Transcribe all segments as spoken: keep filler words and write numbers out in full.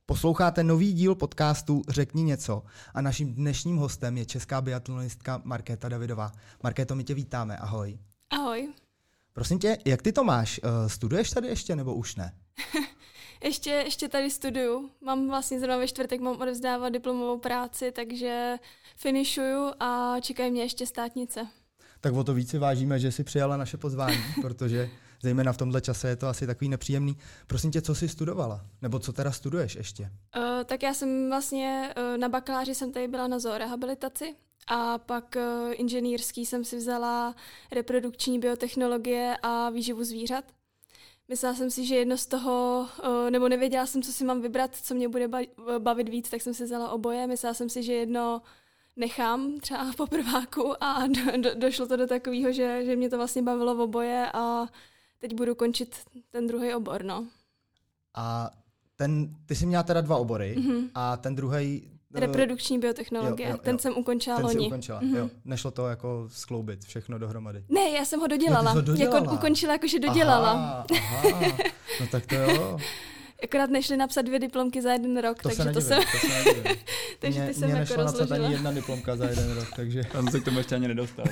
Posloucháte nový díl podcastu Řekni něco a naším dnešním hostem je česká biatlonistka Markéta Davidová. Markéto, my tě vítáme, ahoj. Ahoj. Prosím tě, jak ty to máš? Studuješ tady ještě nebo už ne? ještě, ještě tady studuju. Mám vlastně zrovna ve čtvrtek, mám odevzdávat diplomovou práci, takže finišuju a čekají mě ještě státnice. Tak o to víc si vážíme, že jsi přijala naše pozvání, protože zejména v tomhle čase je to asi takový nepříjemný. Prosím tě, co jsi studovala? Nebo co teda studuješ ještě? Uh, tak já jsem vlastně uh, na bakaláři jsem tady byla na zoorehabilitaci a pak uh, inženýrský jsem si vzala reprodukční biotechnologie a výživu zvířat. Myslela jsem si, že jedno z toho, uh, nebo nevěděla jsem, co si mám vybrat, co mě bude bavit víc, tak jsem si vzala oboje. Myslela jsem si, že jedno nechám třeba po prváku a do, do, došlo to do takového, že, že mě to vlastně bavilo v oboje a teď budu končit ten druhý obor, no. A ten, ty jsi měla teda dva obory mm-hmm. a ten druhý... Reprodukční biotechnologie, jo, jo, jo. ten jsem ukončila ten loni. Ten jsi ukončila, mm-hmm. jo. Nešlo to jako skloubit všechno dohromady? Ne, já jsem ho dodělala. No, dodělala. Jako ukončila, jakože dodělala. Aha, aha. No tak to jo. Akorát nešli napsat dvě diplomky za jeden rok, to takže nedivím, to jsem... To se takže mě, ty jsem mě jako nešla napsat rozložila. ani jedna diplomka za jeden rok, takže... Tam se k tomu ještě ani nedostal.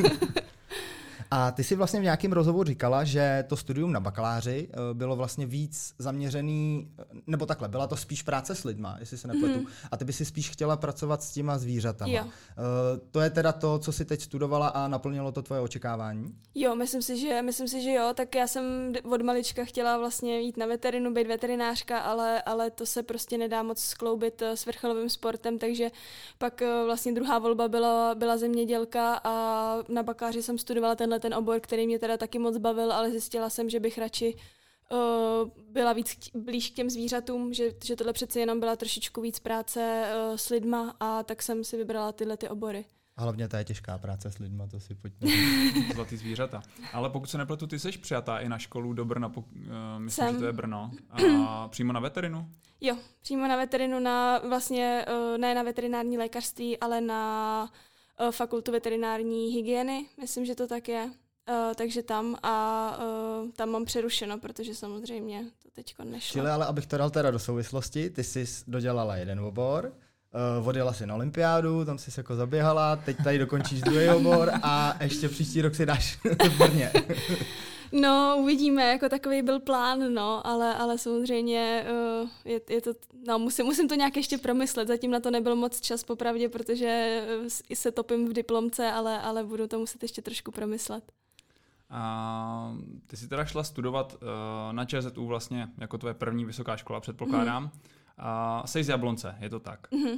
A ty jsi vlastně v nějakém rozhovoru říkala, že to studium na bakaláři bylo vlastně víc zaměřený, nebo takhle, byla to spíš práce s lidma, jestli se nepletu, mm. a ty by si spíš chtěla pracovat s těma zvířatama. Jo. Uh, to je teda to, co jsi teď studovala a naplnilo to tvoje očekávání? Jo, myslím si, že, myslím si, že jo, tak já jsem od malička chtěla vlastně jít na veterinu, být veterinářka, ale, ale to se prostě nedá moc skloubit s vrcholovým sportem, takže pak vlastně druhá volba byla, byla zemědělka a na bakaláři jsem studovala tenhle ten obor, který mě teda taky moc bavil, ale zjistila jsem, že bych radši uh, byla víc blíž k těm zvířatům, že, že tohle přeci jenom byla trošičku víc práce uh, s lidma a tak jsem si vybrala tyhle ty obory. A hlavně to je těžká práce s lidma, to si pojďme. Zlatý zvířata. Ale pokud se nepletu, ty jsi přijatá i na školu do Brna, uh, myslím, jsem. že to je Brno. A přímo na veterinu? Jo, přímo na veterinu, na vlastně uh, ne na veterinární lékařství, ale na uh, fakultu veterinární hygieny, myslím, že to tak je. Uh, takže tam a uh, tam mám přerušeno, protože samozřejmě to teďko nešlo. Čili ale abych to dal teda do souvislosti, ty jsi dodělala jeden obor, uh, odjela si na olympiádu, tam jsi se jako zaběhala, teď tady dokončíš druhý obor a ještě příští rok si dáš v Brně. No, uvidíme, jako takový byl plán, no, ale, ale samozřejmě uh, je, je to, no, musím, musím to nějak ještě promyslet, zatím na to nebyl moc čas popravdě, protože uh, se topím v diplomce, ale, ale budu to muset ještě trošku promyslet. A ty jsi teda šla studovat uh, na ČZU vlastně jako tvoje první vysoká škola, předpokládám. Mm-hmm. A jsi z Jablonce, je to tak? Mm-hmm.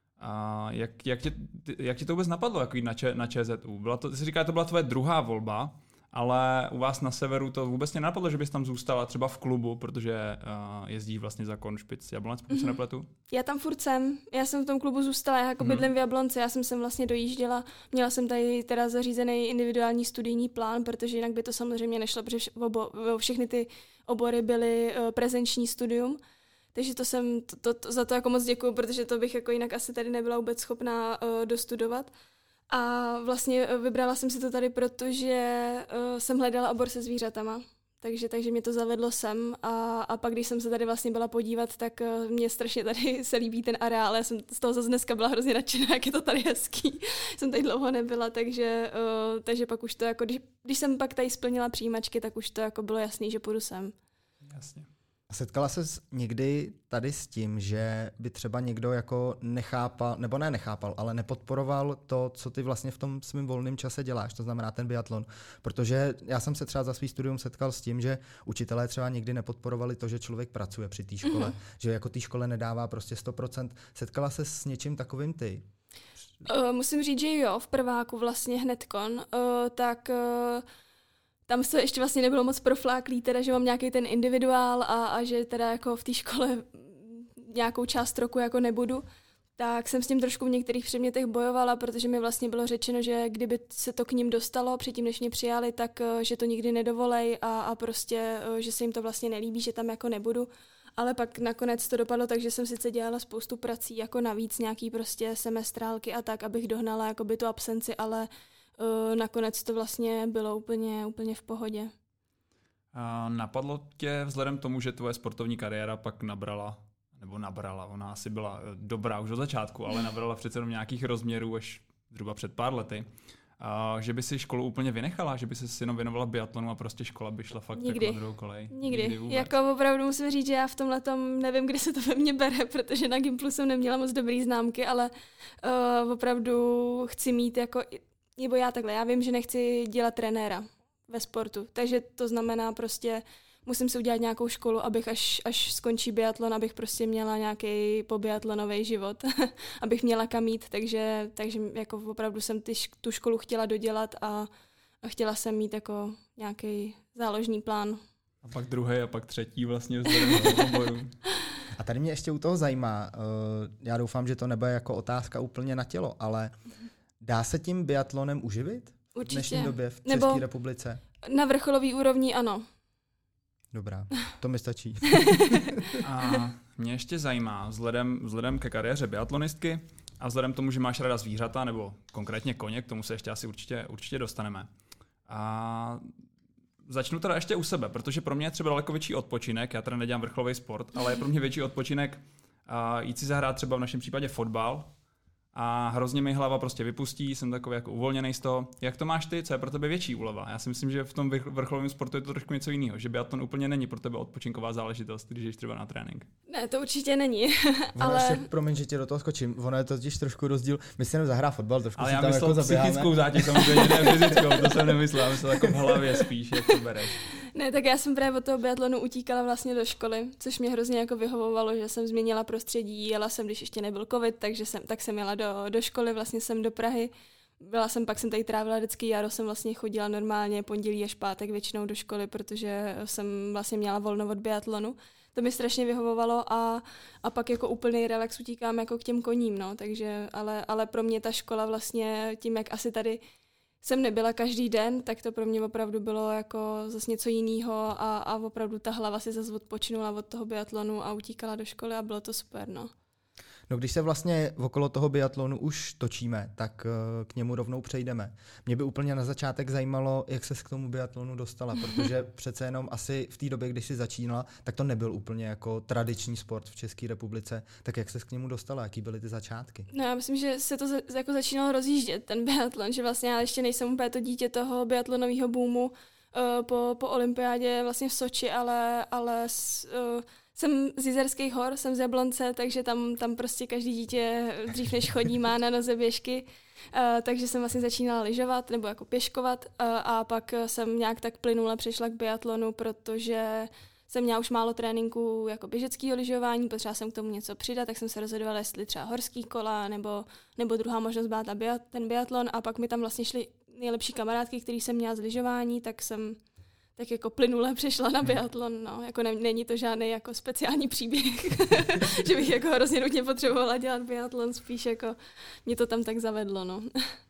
A jak, jak, tě, jak tě to vůbec napadlo, jako jít na, Č, na ČZU? Byla to, ty jsi říkala, že to byla tvoje druhá volba, ale u vás na severu to vůbec mě napadlo, že bys tam zůstala třeba v klubu, protože uh, jezdí vlastně za Konšpic Jablonec, pokud mm-hmm. se nepletu. Já tam furt jsem, já jsem v tom klubu zůstala, já jako mm-hmm. bydlím v Jablonci, já jsem sem vlastně dojížděla, měla jsem tady teda zařízený individuální studijní plán, protože jinak by to samozřejmě nešlo, protože vš- obo, všechny ty obory byly uh, prezenční studium. Takže to jsem, to, to, to, za to jako moc děkuju, protože to bych jako jinak asi tady nebyla vůbec schopná uh, dostudovat. A vlastně vybrala jsem si to tady, protože uh, jsem hledala obor se zvířatama, takže, takže mě to zavedlo sem a, a pak, když jsem se tady vlastně byla podívat, tak uh, mě strašně tady se líbí ten areál, já jsem z toho zase dneska byla hrozně nadšená, jak je to tady hezký, jsem tady dlouho nebyla, takže, uh, takže pak už to jako, když, když jsem pak tady splnila přijímačky, tak už to jako bylo jasný, že půjdu sem. Jasně. Setkala ses někdy tady s tím, že by třeba někdo jako nechápal, nebo ne nechápal, ale nepodporoval to, co ty vlastně v tom svém volném čase děláš, to znamená ten biatlon, protože já jsem se třeba za svý studium setkal s tím, že učitelé třeba nikdy nepodporovali to, že člověk pracuje při té škole, mm-hmm. že jako té škole nedává prostě sto procent. Setkala se s něčím takovým ty? Uh, musím říct, že jo, v prváku vlastně hnedkon, uh, tak... Uh, Tam se ještě vlastně nebylo moc profláklý, teda, že mám nějaký ten individuál a, a že teda jako v té škole nějakou část roku jako nebudu, tak jsem s tím trošku v některých předmětech bojovala, protože mi vlastně bylo řečeno, že kdyby se to k ním dostalo předtím, než mě přijali, tak že to nikdy nedovolej a, a prostě, že se jim to vlastně nelíbí, že tam jako nebudu. Ale pak nakonec to dopadlo tak, že jsem sice dělala spoustu prací jako navíc, nějaký prostě semestrálky a tak, abych dohnala jakoby tu absenci, ale Uh, nakonec to vlastně bylo úplně, úplně v pohodě. A napadlo tě vzhledem tomu, že tvoje sportovní kariéra pak nabrala nebo nabrala, ona asi byla dobrá už od začátku, ale nabrala přece jenom nějakých rozměrů až zhruba před pár lety, a že by si školu úplně vynechala, že by se jenom věnovala biatlonu a prostě škola by šla fakt Nikdy. jako na druhou kolej. Nikdy. Nikdy jako opravdu musím říct, že já v tomhle tom nevím, kde se to ve mně bere, protože na Gimplu jsem neměla moc dobrý známky, ale uh, opravdu chci mít jako, nebo já takhle, já vím, že nechci dělat trenéra ve sportu, takže to znamená prostě musím si udělat nějakou školu, abych až, až skončí biatlon, abych prostě měla nějaký pobiatlonový život, abych měla kam jít, takže, takže jako opravdu jsem ty, tu školu chtěla dodělat a, a chtěla jsem mít jako nějaký záložní plán. A pak druhý a pak třetí vlastně vzhledem do oboru. A tady mě ještě u toho zajímá, já doufám, že to nebude jako otázka úplně na tělo, ale dá se tím biatlonem uživit? Určitě. V dnešní době v České Nebo republice? Na vrcholový úrovni ano. Dobrá, to mi stačí. A mě ještě zajímá, vzhledem, vzhledem ke kariéře biatlonistky a vzhledem k tomu, že máš ráda zvířata, nebo konkrétně koně, k tomu se ještě asi určitě, určitě dostaneme. A začnu teda ještě u sebe, protože pro mě je třeba daleko větší odpočinek, já teda nedělám vrcholový sport, ale je pro mě větší odpočinek a jít si zahrát třeba v našem případě fotbal a hrozně mi hlava prostě vypustí, jsem takový jako uvolněný z toho. Jak to máš ty? Co je pro tebe větší úleva? Já si myslím, že v tom vrcholovém sportu je to trošku něco jiného, že biatlon úplně není pro tebe odpočinková záležitost, když jdeš třeba na trénink. Ne, to určitě není. Ono ale... ještě, promiň, že tě do toho skočím, ono je totiž trošku rozdíl, my si jenom zahrá fotbal, trošku ale si já tam myslel jako zaběháme. psychickou zátěž, samozřejmě ne fyzickou, to jsem nemyslel, myslel jako v hlavě spíš, jak to bereš. Ne, tak já jsem právě od toho biatlonu utíkala vlastně do školy, což mě hrozně jako vyhovovalo, že jsem změnila prostředí, jela jsem, když ještě nebyl covid, takže jsem, tak jsem jela do, do školy, vlastně jsem do Prahy. Byla jsem, pak jsem tady trávila vždycky jaro, jsem vlastně chodila normálně pondělí až pátek většinou do školy, protože jsem vlastně měla volno od biatlonu. To mi strašně vyhovovalo a, a pak jako úplný relax utíkám jako k těm koním, no, takže, ale, ale pro mě ta škola vlastně tím, jak asi tady jsem nebyla každý den, tak to pro mě opravdu bylo jako zase něco jiného a, a opravdu ta hlava si zase odpočinula od toho biatlonu a utíkala do školy a bylo to super, no. No když se vlastně okolo toho biatlonu už točíme, tak k němu rovnou přejdeme. Mě by úplně na začátek zajímalo, jak ses k tomu biatlonu dostala, protože přece jenom asi v té době, když jsi začínala, tak to nebyl úplně jako tradiční sport v České republice. Tak jak ses k němu dostala? Jaký byly ty začátky? No já myslím, že se to za, jako začínalo rozjíždět, ten biatlon, že vlastně já ještě nejsem úplně to dítě toho biatlonového boomu uh, po, po olympiádě vlastně v Soči, ale, ale s, uh, jsem z Jizerských hor, jsem z Jablonce, takže tam, tam prostě každý dítě dřív než chodí má na noze běžky, uh, takže jsem vlastně začínala lyžovat nebo jako pěškovat uh, a pak jsem nějak tak plynule přešla k biatlonu, protože jsem měla už málo tréninku jako běžeckého lyžování, potřeba jsem k tomu něco přidat, tak jsem se rozhodovala, jestli třeba horský kola nebo, nebo druhá možnost byla ta biat, ten biatlon a pak mi tam vlastně šly nejlepší kamarádky, který jsem měla z lyžování, tak jsem tak jako plynule přešla na biatlon, no, jako ne, není to žádný jako speciální příběh, že bych jako hrozně nutně potřebovala dělat biatlon, spíš jako mě to tam tak zavedlo, no.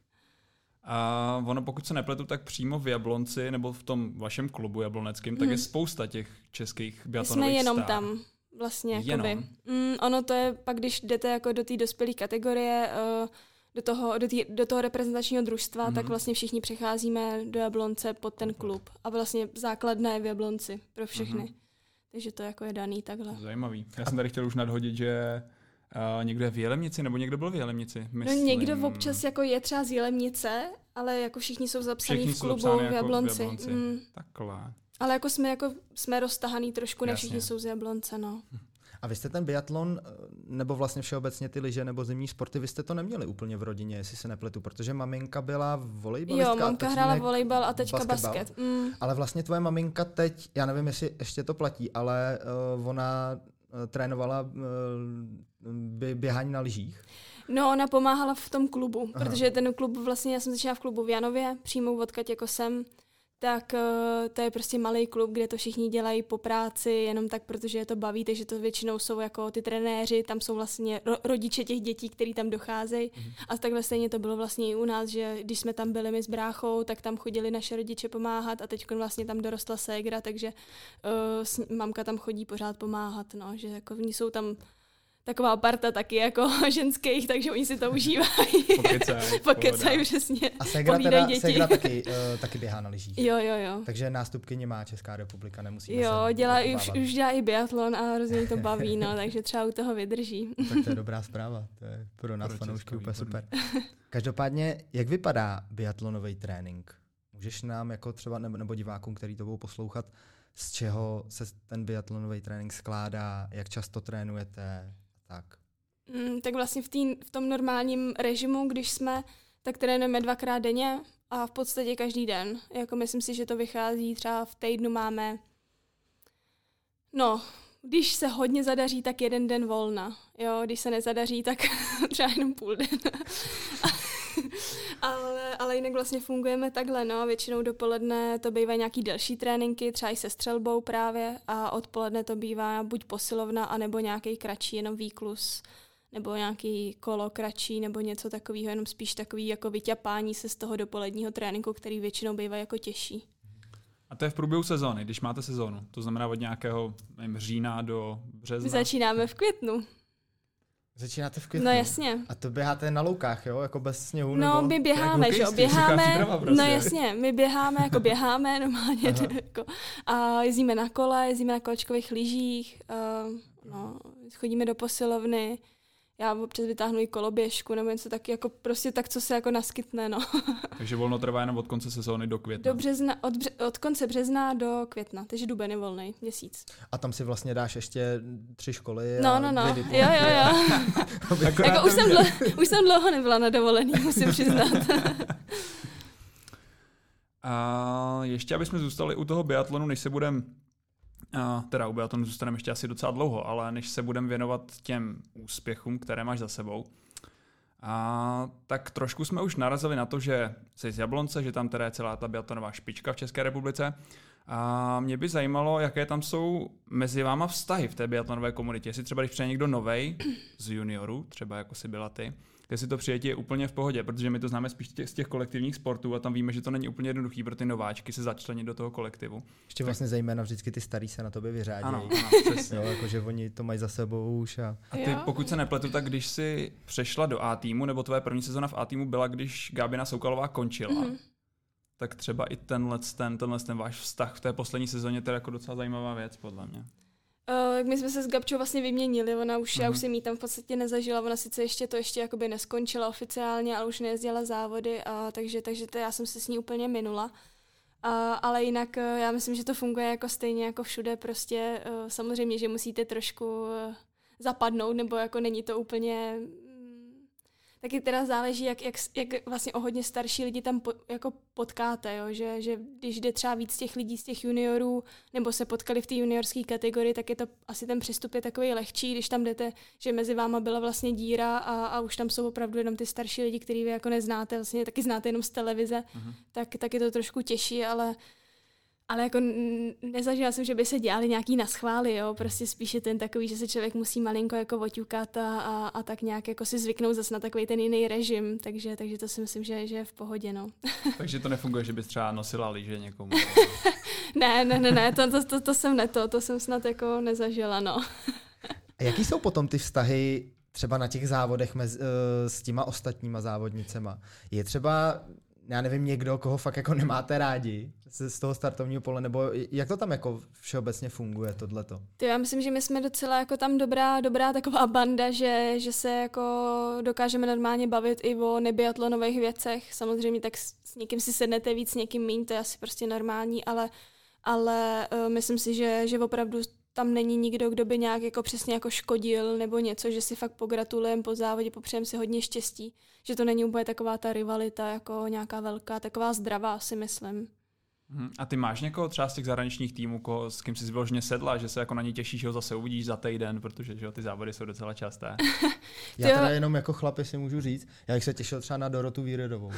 A ono, pokud se nepletu, tak přímo v Jablonci nebo v tom vašem klubu jabloneckém, tak hmm. je spousta těch českých biatlonových jsme jenom star. tam vlastně. Jenom? Jakoby. Mm, ono to je pak, když jdete jako do té dospělé kategorie, uh, do toho, do, tý, do toho reprezentačního družstva, mm-hmm. tak vlastně všichni přecházíme do Jablonce pod ten klub. A vlastně základna je v Jablonci pro všechny. Mm-hmm. Takže to jako je daný takhle. Zajímavý. Já jsem tady chtěl už nadhodit, že uh, někdo je v Jelemnici, nebo někdo byl v Jelemnici. Myslím. No někdo občas jako je třeba z Jelemnice, ale jako všichni jsou zapsaní všichni v klubu jsou v jako Jablonci. V Jablonci. Mm. Takhle. Ale jako jsme, jako jsme roztahaný trošku, ne všichni Jasně. jsou z Jablonce, no. A vy jste ten biatlon, nebo vlastně všeobecně ty lyže nebo zimní sporty, vy jste to neměli úplně v rodině, jestli se nepletu, protože maminka byla volejbalistka. Jo, mamka hrála volejbal a teďka basketbal. basket. Mm. Ale vlastně tvoje maminka teď, já nevím, jestli ještě to platí, ale uh, ona uh, trénovala uh, běhání na lyžích. No, ona pomáhala v tom klubu, Aha. protože ten klub, vlastně já jsem začala v klubu v Janově, přímo odkud jako jsem, tak uh, to je prostě malý klub, kde to všichni dělají po práci, jenom tak, protože je to baví, takže to většinou jsou jako ty trenéři, tam jsou vlastně ro- rodiče těch dětí, kteří tam docházejí. Mhm. A takhle stejně to bylo vlastně i u nás, že když jsme tam byli my s bráchou, tak tam chodili naše rodiče pomáhat a teď vlastně tam dorostla ségra, takže uh, mamka tam chodí pořád pomáhat, no, že jako oni jsou tam taková parta taky jako ženských, takže oni si to užívají. Pokecají. Pokecají, přesně. A Segra, teda, Segra taky, uh, taky běhá na lyžích. Jo, jo, jo. Takže nástupkyně má Česká republika, nemusí. Jo, dělá, už, už dělá i biatlon a hrozně to baví, no, takže třeba u toho vydrží. Tak to je dobrá zpráva, to je pro nás fanoušky úplně super. Každopádně, jak vypadá biatlonový trénink? Můžeš nám jako třeba, nebo, nebo divákům, který to budou poslouchat, z čeho se ten biatlonový trénink skládá, jak často trénujete, tak? Mm, tak vlastně v, tý, v tom normálním režimu, když jsme, tak trénujeme dvakrát denně a v podstatě každý den. Jako myslím si, že to vychází třeba v týdnu máme, no, když se hodně zadaří, tak jeden den volna. Jo, když se nezadaří, tak třeba jenom půl den. ale, ale jinak vlastně fungujeme takhle, no. Většinou dopoledne to bývají nějaký delší tréninky, třeba i se střelbou právě, a odpoledne to bývá buď posilovna, anebo nějaký kratší, jenom výklus, nebo nějaký kolo kratší, nebo něco takového, jenom spíš takový jako vyťapání se z toho dopoledního tréninku, který většinou bývá jako těžší. A to je v průběhu sezóny, když máte sezónu. To znamená od nějakého nevím, října do března. My začínáme v květnu. Začínáte v květnu? No jasně. A to běháte na loukách, jo? Jako bez sněhu? No, nebo... my běháme, že jo? Běháme, prostě. No jasně, my běháme, jako běháme normálně. Jako, a jezdíme na kole, jezdíme na kolečkových lyžích, uh, no, chodíme do posilovny. Já občas vytáhnu i koloběžku nebo něco taky, jako prostě tak, co se jako naskytne, no. Takže volno trvá jenom od konce sezóny do května. Do března, od, bře, od konce března do května, takže duben je volný, měsíc. A tam si vlastně dáš ještě tři školy. No, no, no, jo, jo, jo. Jako už, jsem dlouho, už jsem dlouho nebyla na dovolený, musím přiznat. A ještě, aby jsme zůstali u toho biatlonu, než se budeme Uh, teda u biatlonu zůstaneme ještě asi docela dlouho, ale než se budeme věnovat těm úspěchům, které máš za sebou, uh, tak trošku jsme už narazili na to, že jsi z Jablonce, že tam teda je celá ta biatlonová špička v České republice. A mě by zajímalo, jaké tam jsou mezi váma vztahy v té biatlonové komunitě. Jestli třeba, když přijde někdo novej z juniorů, třeba jako si byla ty, jestli to přijetí je úplně v pohodě, protože my to známe spíš z těch kolektivních sportů a tam víme, že to není úplně jednoduchý pro ty nováčky se začlenit do toho kolektivu. Ještě vlastně zejména vždycky ty starý se na tobě vyřádí. Ano, ano, přesně. Jo, jakože oni to mají za sebou už. A, a ty, pokud se nepletu, tak když jsi přešla do A týmu, nebo tvoje první sezona v A týmu byla, když Gábina Soukalová končila, mm-hmm. tak třeba i tenhle ten, tenhle ten váš vztah v té poslední sezóně, to je jako docela zajímavá věc, podle mě. Uh, my jsme se s Gabčou vlastně vyměnili, ona už, uh-huh. já už jsem jí tam v podstatě nezažila, ona sice ještě to ještě jakoby neskončila oficiálně, ale už nejezdila závody, a takže, takže to já jsem se s ní úplně minula. Uh, ale jinak uh, já myslím, že to funguje jako stejně jako všude, prostě uh, samozřejmě, že musíte trošku uh, zapadnout, nebo jako není to úplně... Taky teda záleží, jak, jak, jak vlastně o hodně starší lidi tam po, jako potkáte, jo? Že, že když jde třeba víc těch lidí z těch juniorů, nebo se potkali v té juniorské kategorii, tak je to asi ten přístup je takový lehčí, když tam jdete, že mezi váma byla vlastně díra a, a už tam jsou opravdu jenom ty starší lidi, který vy jako neznáte, vlastně taky znáte jenom z televize, uh-huh. tak, tak je to trošku těžší, ale Ale jako nezažila jsem, že by se dělali nějaký naschvály, jo, prostě spíše ten takový, že se člověk musí malinko jako oťukat a, a, a tak nějak jako si zvyknout zase na takový ten jiný režim, takže, takže to si myslím, že, že je v pohodě, no. Takže to nefunguje, že bys třeba nosila lyže někomu? ne, ne, ne, ne, to, to, to, to jsem ne to, to jsem snad jako nezažila, no. A jaký jsou potom ty vztahy třeba na těch závodech mezi, uh, s těma ostatníma závodnicema? Je třeba... já nevím, někdo, koho fakt jako nemáte rádi z, z toho startovního pole, nebo jak to tam jako všeobecně funguje tohleto? To já myslím, že my jsme docela jako tam dobrá, dobrá taková banda, že, že se jako dokážeme normálně bavit i o nebiatlonových věcech. Samozřejmě tak s, s někým si sednete víc, s někým míň, to je asi prostě normální, ale, ale uh, myslím si, že, že opravdu tam není nikdo, kdo by nějak jako přesně jako škodil nebo něco, že si fakt pogratulujeme po závodě, popřejeme si hodně štěstí, že to není úplně taková ta rivalita jako nějaká velká, taková zdravá, si myslím. A ty máš někoho třeba z těch zahraničních týmů, koho, s kým jsi vyloženě sedla, že se jako na ní těšíš, že ho zase uvidíš za týden, protože že jo, ty závody jsou docela časté. Já teda jenom jako chlap, jestli můžu říct, já bych se těšil třeba na Dorotu Výredovou.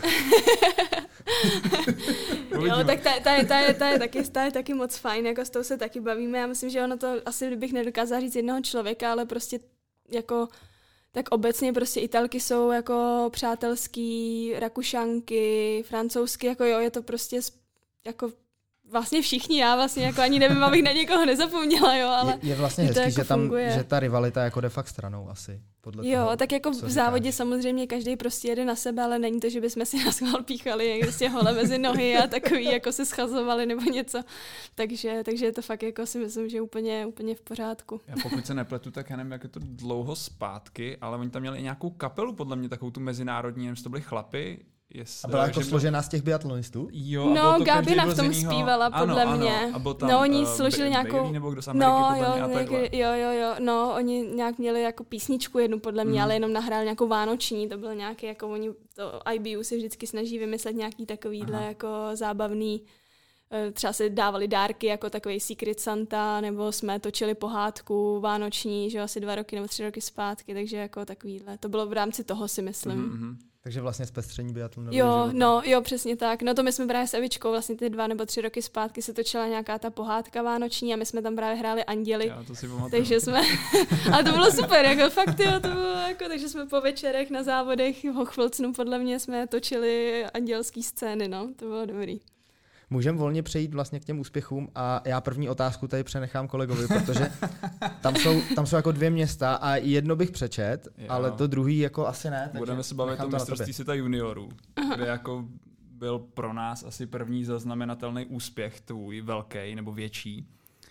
Jo, tak ta, ta, ta, je, ta, je taky, ta je taky moc fajn, jako s tou se taky bavíme. Já myslím, že ono to asi bych nedokázala říct jednoho člověka, ale prostě jako tak obecně prostě Italky jsou jako přátelský, Rakušanky, Francouzsky, jako jo, je to prostě jako vlastně všichni, já vlastně jako ani nevím, abych na někoho nezapomněla, jo, ale je, je vlastně hezký, jako že tam, funguje. že ta rivalita jako jde fakt stranou asi. Podle jo, toho, tak jako v závodě říkáš. Samozřejmě každý prostě jede na sebe, ale není to, že bychom si na schvál píchali prostě hole mezi nohy a takový jako se schazovali nebo něco. Takže, takže je to fakt jako si myslím, že úplně, úplně v pořádku. Já pokud se nepletu, tak já nevím, jak je to dlouho zpátky, ale oni tam měli i nějakou kapelu, podle mě takovou tu mezinárodní, nevím, to byli chlapy. Jest, a byla jako složená z těch biatlonistů? Jo, no, Gabina v tom zpívala, podle ano, mě. Ano, a byl tam, no, oni uh, složili nějakou... Bailey, nebo kdo z Ameriky, no, podle jo, mě, a takhle. jo, jo, jo, no, oni nějak měli jako písničku jednu, podle mě, mm. ale jenom nahrál nějakou vánoční, to byl nějaký, jako oni, to I B U se vždycky snaží vymyslet nějaký takovýhle Aha. jako zábavný, třeba se dávali dárky jako takový Secret Santa, nebo jsme točili pohádku vánoční, že asi dva roky nebo tři roky zpátky, takže jako takovýhle. To bylo v rámci toho, si myslím. Mm-hmm. Takže vlastně zpestření biatlonu. Jo, no, jo, přesně tak. No to my jsme právě s Evičkou vlastně ty dva nebo tři roky zpátky se točila nějaká ta pohádka vánoční a my jsme tam právě hráli anděli. Já to si pamatuju. Takže jsme, ale to bylo super, jako fakt jo, to bylo jako, takže jsme po večerech na závodech v Hochfilzenu podle mě jsme točili andělský scény, no, to bylo dobrý. Můžeme volně přejít vlastně k těm úspěchům a já první otázku tady přenechám kolegovi, protože tam jsou, tam jsou jako dvě města a jedno bych přečet, jo. ale to druhý jako asi ne. Budeme se bavit o mistrovství světa juniorů, kde jako byl pro nás asi první zaznamenatelný úspěch, tvůj velký nebo větší.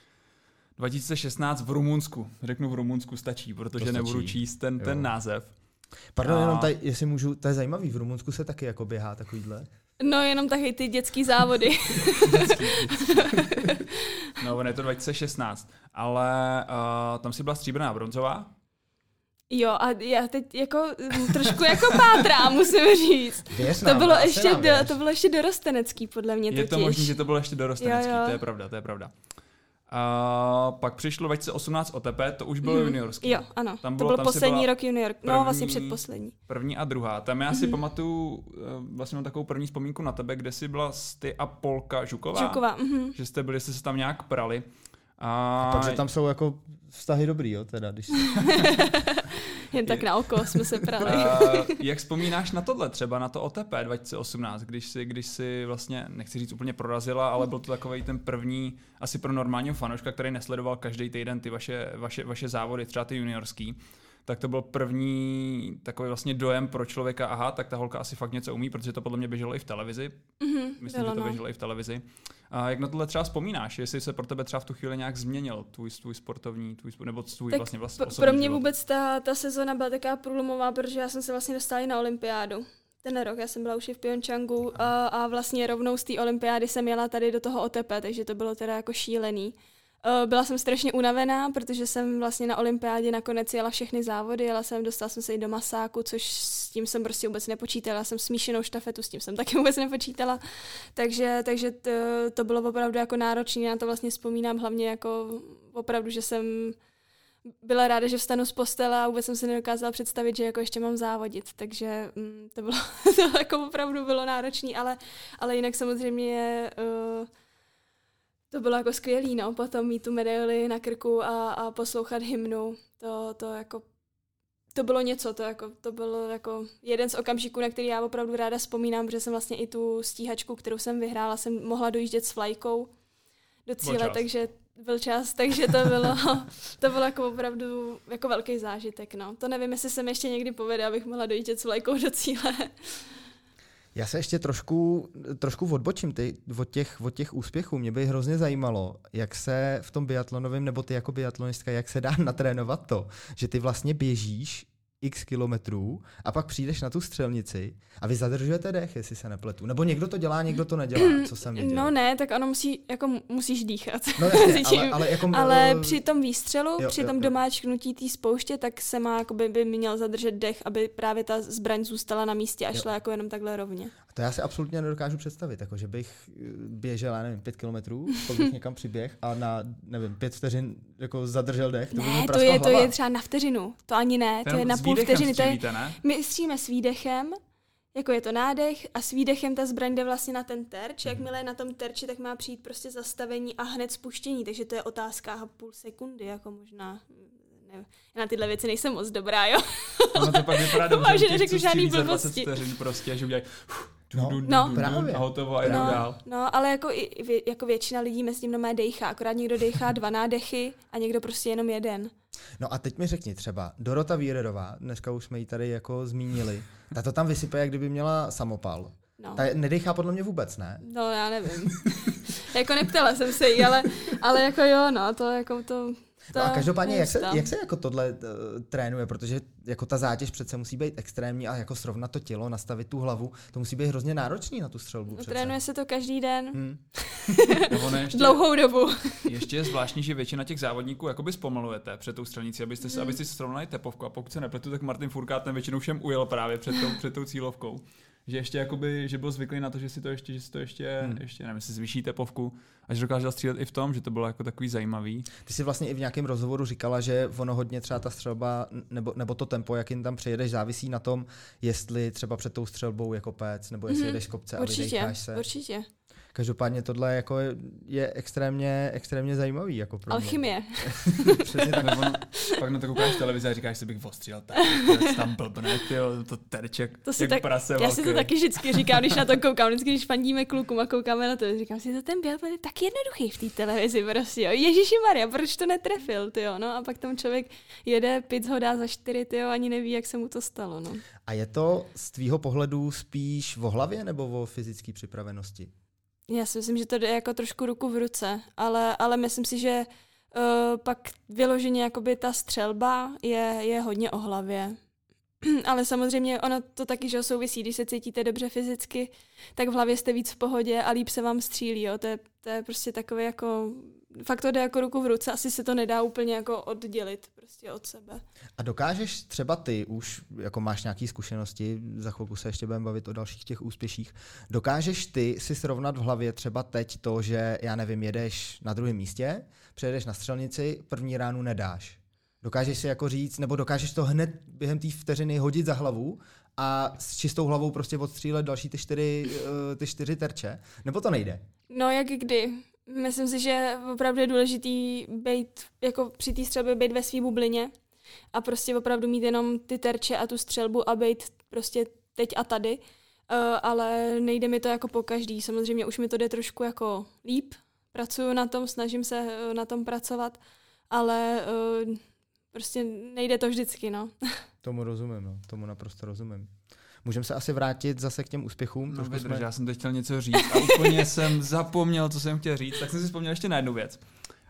dva tisíce šestnáct v Rumunsku, řeknu v Rumunsku stačí, protože stačí. Nebudu číst ten, ten název. Pardon, a... jenom tady, jestli můžu, to je zajímavý, v Rumunsku se taky jako běhá takovýhle. No, jenom taky ty dětský závody. dětský, dětský. No, on je to dva tisíce šestnáct, ale uh, tam si byla stříbrná bronzová. Jo, a já teď jako trošku jako pátrám, musím říct. Věř to nám, bylo ještě do, to bylo ještě dorostenecký, podle mě totiž. Je to možné, že to bylo ještě dorostenecký, jo, jo. to je pravda, to je pravda. A pak přišlo dva tisíce osmnáct O T P, to už bylo hmm. juniorský. Jo, ano, tam bylo, to byl poslední rok junior, první, no vlastně předposlední. První a druhá. Tam já si mm-hmm. pamatuju, vlastně mám takovou první vzpomínku na tebe, kde jsi byla ty a Polka Žuková. Žuková, mhm. Že jste byli, jste se tam nějak prali. A... Takže tam jsou jako vztahy dobrý, jo, teda, když... Jen tak na oko jsme se prali. Uh, jak vzpomínáš na tohle, třeba na to O T P dva tisíce osmnáct, když si, když si vlastně, nechci říct úplně prorazila, ale byl to takovej ten první, asi pro normálního fanouška, který nesledoval každý týden ty vaše, vaše, vaše závody, třeba ty juniorský, tak to byl první takový vlastně dojem pro člověka, aha, tak ta holka asi fakt něco umí, protože to podle mě běželo i v televizi. Mm-hmm, Myslím, bylo, že to no. běželo i v televizi. A jak na tohle třeba vzpomínáš? Jestli se pro tebe třeba v tu chvíli nějak změnil tvůj, tvůj sportovní, tvůj, nebo tvůj tak vlastně, vlastně osobní Pro mě život? Vůbec ta, ta sezona byla taková průlomová, protože já jsem se vlastně dostala i na olympiádu. Ten rok, já jsem byla už i v Pyeongchangu a, a vlastně rovnou z té olympiády jsem jela tady do toho O T P, takže to bylo teda jako šílený. Byla jsem strašně unavená, protože jsem vlastně na olympiádě nakonec jela všechny závody, jela jsem, dostala jsem se i do masáku, což s tím jsem prostě vůbec nepočítala, já jsem smíšenou štafetu, s tím jsem taky vůbec nepočítala, takže, takže to, to bylo opravdu jako náročné, já to vlastně vzpomínám hlavně jako opravdu, že jsem byla ráda, že vstanu z postele a vůbec jsem si nedokázala představit, že jako ještě mám závodit, takže mm, to bylo to jako opravdu bylo náročné, ale, ale jinak samozřejmě uh, to bylo jako skvělý, no, potom mít tu medaili na krku a, a poslouchat hymnu, to, to jako, to bylo něco, to jako, to bylo jako jeden z okamžiků, na který já opravdu ráda vzpomínám, protože jsem vlastně i tu stíhačku, kterou jsem vyhrála, jsem mohla dojíždět s vlajkou do cíle, takže byl čas, takže to bylo, to bylo jako opravdu jako velký zážitek, no. To nevím, jestli se mi ještě někdy povede, abych mohla dojíždět s vlajkou do cíle. Já se ještě trošku, trošku odbočím ty, od, těch, od těch úspěchů. Mě by hrozně zajímalo, jak se v tom biatlonovém, nebo ty jako biatlonistka, jak se dá natrénovat to, že ty vlastně běžíš x kilometrů a pak přijdeš na tu střelnici a vy zadržujete dech, jestli se nepletu. Nebo někdo to dělá, někdo to nedělá, co jsem viděl. No ne, tak ono musí, jako musíš dýchat. No jasně, ale, ale, jako, ale při tom výstřelu, jo, při jo, tom jo. domáčknutí té spouště, tak se má, jakoby, by měl zadržet dech, aby právě ta zbraň zůstala na místě a šla jo. jako jenom takhle rovně. To já si absolutně nedokážu představit, jako že bych běžel, já nevím, pět kilometrů, pak bych někam přiběh a na, nevím, pět vteřin jako zadržel dech. To ne, to je, to je třeba na vteřinu, to ani ne, to je na půl vteřiny. To je, ne? My střílíme s výdechem, jako je to nádech a s výdechem ta zbraň jde vlastně na ten terč, jakmile je na tom terči, tak má přijít prostě zastavení a hned spuštění, takže to je otázka půl sekundy, jako možná. Nevím. Já na tyhle věci nejsem moc dobrá, jo. Ono to pak vypadá dobře, že neřeknu žádný blbosti. vteřin prostě, že udělají No, dun, no. dun, právě. A hotovo a jdou No, dál. no, ale jako, i, vě- jako většina lidí mezi tím doma dejchá, akorát někdo dejchá dva nádechy a někdo prostě jenom jeden. No a teď mi řekni třeba, Dorota Vírerová, dneska už jsme ji tady jako zmínili, ta to tam vysype, jak kdyby měla samopal. No. Ta nedechá podle mě vůbec, ne? No, já nevím. Jako neptala jsem se jí, ale, ale jako jo, no, to jako to... to No a každopádně, jak se, nevím, jak se jako tohle uh, trénuje, protože jako ta zátěž přece musí být extrémní a jako srovnat to tělo, nastavit tu hlavu, to musí být hrozně náročný na tu střelbu. no, přece. trénuje se to každý den, Hmm. No, ono ještě, dlouhou dobu. ještě je zvláštní, že většina těch závodníků jakoby zpomalujete před tou střelnicí, abyste, se, abyste si srovnali tepovku a pokud se nepletu, tak Martin Furkát ten většinou všem ujel právě před tou, před tou cílovkou. Že ještě jakoby, že byl zvyklý na to, že si to ještě, že si to ještě, hmm. ještě nevím, si zvýší tepovku a že dokáže střílet i v tom, že to bylo jako takový zajímavý. Ty jsi vlastně i v nějakém rozhovoru říkala, že ono hodně třeba ta střelba nebo, nebo to tempo, jak jim tam přejedeš, závisí na tom, jestli třeba před tou střelbou je kopec, nebo jestli mm-hmm. jedeš z kopce a vydejcháš se. Určitě. Každopádně tohle jako je, je extrémně, extrémně zajímavý. Jako pro Alchymie. Přesně tak. Ono, pak na to koukáš televizi a říkáš si, bych ostřílel tak, tam blbne, tyjo, to terček, To si jak tak, prase já velký. si to taky vždycky říkám, když na to koukám, vždycky, když fandíme klukům a koukáme na to, říkám si, to ten byl tak jednoduchý v té televizi, prostě, jo. Ježišimarja, proč to netrefil, tyjo, no a pak tam člověk jede, pic ho dá za čtyři, tyjo, ani neví, jak se mu to stalo, no. A je to z tvýho pohledu spíš o hlavě nebo o fyzické připravenosti? Já si myslím, že to jde jako trošku ruku v ruce, ale, ale myslím si, že uh, pak vyloženě jakoby ta střelba je, je hodně o hlavě. Ale samozřejmě ono to taky, že souvisí, když se cítíte dobře fyzicky, tak v hlavě jste víc v pohodě a líp se vám střílí. Jo? To, je, to je prostě takové jako, fakt to jde jako ruku v ruce, asi se to nedá úplně jako oddělit prostě od sebe. A dokážeš třeba ty, už jako máš nějaké zkušenosti, za chvilku se ještě budeme bavit o dalších těch úspěších, dokážeš ty si srovnat v hlavě třeba teď to, že já nevím, jedeš na druhém místě, přejedeš na střelnici, první ránu nedáš. Dokážeš si jako říct, nebo dokážeš to hned během té vteřiny hodit za hlavu a s čistou hlavou prostě odstřílet další ty čtyři, ty čtyři terče? Nebo to nejde? No jak kdy. Myslím si, že opravdu je důležitý být, jako při té střelbě být ve své bublině a prostě opravdu mít jenom ty terče a tu střelbu a být prostě teď a tady. Uh, ale nejde mi to jako po každý. Samozřejmě už mi to jde trošku jako líp. Pracuju na tom, snažím se uh, na tom pracovat, ale uh, prostě nejde to vždycky, no. Tomu rozumím, no. Tomu naprosto rozumím. Můžeme se asi vrátit zase k těm úspěchům. No, vydrž, jsme... já jsem teď chtěl něco říct a úplně jsem zapomněl, co jsem chtěl říct, tak jsem si vzpomněl ještě na jednu věc.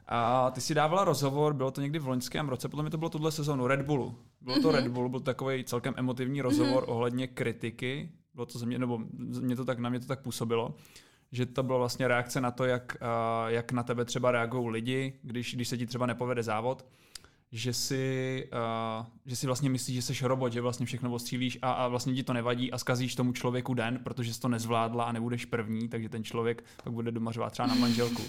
A ty si dávala rozhovor, bylo to někdy v loňském roce, podle mě to bylo tuhle sezónu, Red Bullu. Bylo to mm-hmm. Red Bull, byl takový celkem emotivní rozhovor mm-hmm. ohledně kritiky, bylo to ze mě, nebo mě to tak, na mě to tak působilo, že to byla vlastně reakce na to, jak, uh, jak na tebe třeba reagují lidi, když, když se ti třeba nepovede závod, že si, uh, že si vlastně myslíš, že jsi robot, že vlastně všechno ostřílíš a, a vlastně ti to nevadí a zkazíš tomu člověku den, protože jsi to nezvládla a nebudeš první, takže ten člověk pak bude doma řvát třeba na manželku.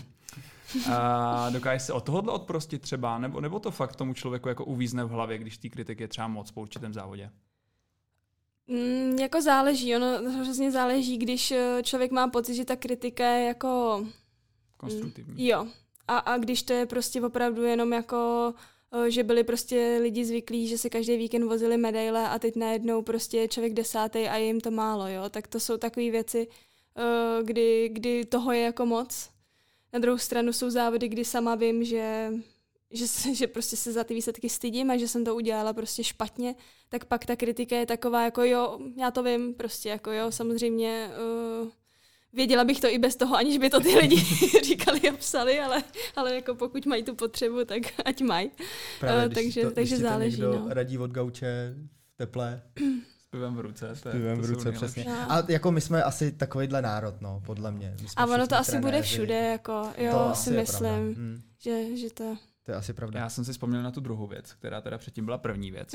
Uh, dokážeš se od tohohle odprostit třeba, nebo, nebo to fakt tomu člověku jako uvízne v hlavě, když té kritiky je třeba moc po určitém závodě? Mm, jako záleží, ono hrozně záleží, když člověk má pocit, že ta kritika je jako... Konstruktivní. Mm, jo. A, a když to je prostě opravdu jenom jako... že byli prostě lidi zvyklí, že se každý víkend vozili medaile a teď najednou prostě je člověk desátý a je jim to málo, jo. Tak to jsou takové věci, kdy, kdy toho je jako moc. Na druhou stranu jsou závody, kdy sama vím, že, že, že prostě se za ty výsledky stydím a že jsem to udělala prostě špatně, tak pak ta kritika je taková jako jo, já to vím, prostě jako jo, samozřejmě uh, věděla bych to i bez toho, aniž by to ty lidi říkali a psali, ale, ale jako pokud mají tu potřebu, tak ať mají. Právě, uh, takže to, takže záleží. Někdo no. radí od gauče v teple. S pivem v ruce. S pivem v ruce, přesně. No. A jako my jsme asi takovýhle národ, no, podle mě. A ono to asi trenéři. Bude všude, jako, jo, to si myslím, hmm. že, že to... To je asi pravda. Já jsem si vzpomněl na tu druhou věc, která teda předtím byla první věc.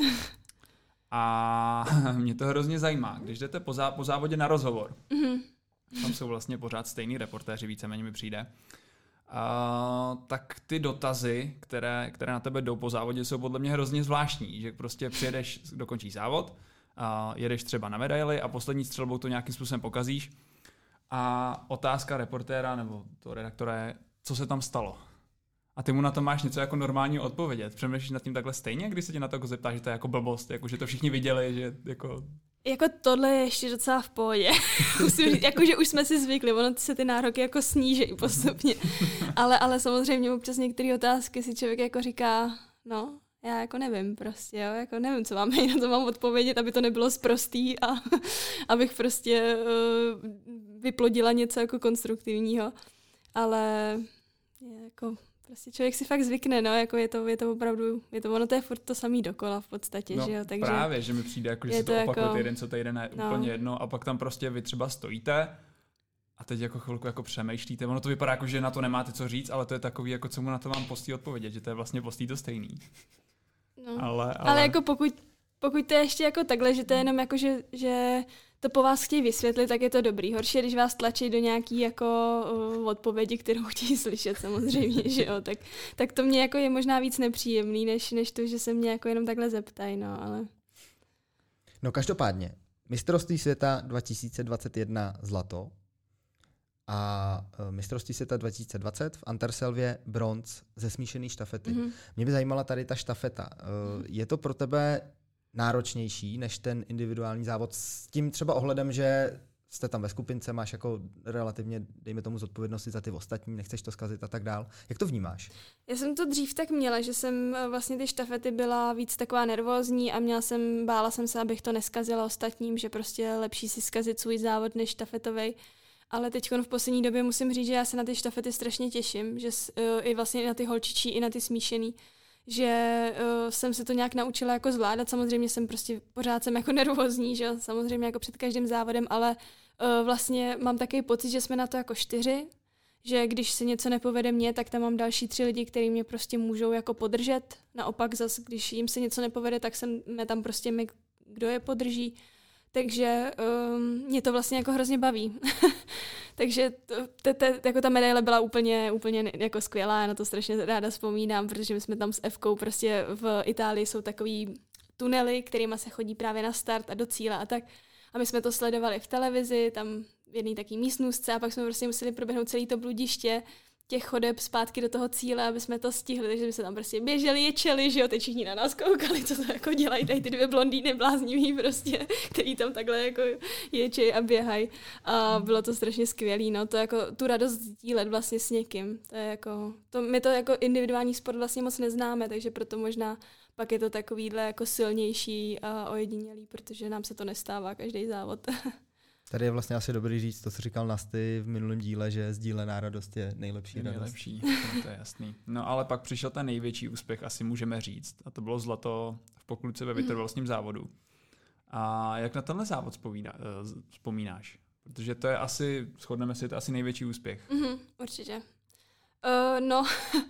A mě to hrozně zajímá, když jdete po, zá, po závodě na rozhovor, mm-hmm. tam jsou vlastně pořád stejný reportéři, víceméně mi přijde, Uh, tak ty dotazy, které, které na tebe jdou po závodě, jsou podle mě hrozně zvláštní, že prostě přijedeš, dokončíš závod, uh, jedeš třeba na medaili a poslední střelbou to nějakým způsobem pokazíš a otázka reportéra nebo toho redaktora je, co se tam stalo. A ty mu na to máš něco jako normálního odpovědět. Přemýšlíš nad tím takhle stejně, když se tě na to jako zeptáš, že to je jako blbost, jako že to všichni viděli, že jako... Jako tohle je ještě docela v pohodě. Musím říct, jako, že už jsme si zvykli, ono se ty nároky jako snížejí postupně. ale, ale samozřejmě občas některé otázky si člověk jako říká, no, já jako nevím prostě, jo, jako nevím, co mám, na to mám odpovědět, aby to nebylo sprostý a abych prostě uh, vyplodila něco jako konstruktivního. Ale je jako... Prostě člověk si fakt zvykne, no, jako je to, je to opravdu, je to, ono to je furt to samý dokola v podstatě, no, že jo, takže... právě, že mi přijde, jako, že se to, to opakuje jako... jeden co týden je no. úplně jedno a pak tam prostě vy třeba stojíte a teď jako chvilku jako přemýšlíte, ono to vypadá jako, že na to nemáte co říct, ale to je takový, jako co mu na to vám postí odpovědět, že to je vlastně postí to stejný. No. Ale, ale... ale jako pokud, pokud to je ještě jako takhle, že to je jenom jako, že, že to po vás chtějí vysvětlit, tak je to dobrý. Horší je, když vás tlačí do nějaký jako uh, odpovědi, kterou chtějí slyšet samozřejmě, že jo. Tak, tak to mě jako je možná víc nepříjemný, než, než to, že se mě jako jenom takhle zeptají, no, ale... No každopádně, mistrovství světa dva tisíce dvacet jedna zlato a mistrovství světa dva tisíce dvacet v Anterselvě bronz ze smíšené štafety. Mm-hmm. Mě by zajímala tady ta štafeta. Je to pro tebe náročnější než ten individuální závod s tím třeba ohledem, že jste tam ve skupince, máš jako relativně, dejme tomu, zodpovědnosti za ty ostatní, nechceš to zkazit a tak dál. Jak to vnímáš? Já jsem to dřív tak měla, že jsem vlastně ty štafety byla víc taková nervózní a měla jsem, bála jsem se, abych to neskazila ostatním, že prostě je lepší si zkazit svůj závod než štafetovej. Ale teď v poslední době musím říct, že já se na ty štafety strašně těším, že uh, i vlastně na ty holčičí, i na ty smíšený, že uh, jsem se to nějak naučila jako zvládat. Samozřejmě jsem prostě pořád jsem jako nervózní, že samozřejmě jako před každým závodem, ale uh, vlastně mám takový pocit, že jsme na to jako čtyři, že když se něco nepovede mně, tak tam mám další tři lidi, kteří mě prostě můžou jako podržet. Naopak zase, když jim se něco nepovede, tak jsme tam prostě my, kdo je podrží. Takže um, mě to vlastně jako hrozně baví. Takže to, to, jako ta medaile byla úplně, úplně jako skvělá, já na to strašně ráda vzpomínám, protože my jsme tam s Evkou, prostě v Itálii jsou takový tunely, kterýma se chodí právě na start a do cíle a tak. A my jsme to sledovali v televizi, tam v jedné takové místnůstce a pak jsme prostě museli proběhnout celý to bludiště těch chodeb zpátky do toho cíle, aby jsme to stihli, takže jsme se tam prostě běželi, ječeli, že jo, teď všichni na nás koukali, co to jako dělají, tady ty dvě blondýny bláznivý prostě, který tam takhle jako ječejí a běhají. A bylo to strašně skvělý, no, to jako tu radost sdílet vlastně s někým, to je jako, to, my to jako individuální sport vlastně moc neznáme, takže proto možná pak je to takovýhle jako silnější a ojedinělý, protože nám se to nestává každý závod. Tady je vlastně asi dobrý říct to, co říkal Nasty v minulém díle, že sdílená radost je nejlepší radost. Nejlepší, to je jasný. No ale pak přišel ten největší úspěch, asi můžeme říct, a to bylo zlato v pokluce ve vytrvalostním závodu. A jak na tenhle závod vzpomíná, vzpomínáš? Protože to je asi, shodneme si, to je asi největší úspěch. Mm-hmm, určitě. Uh, no...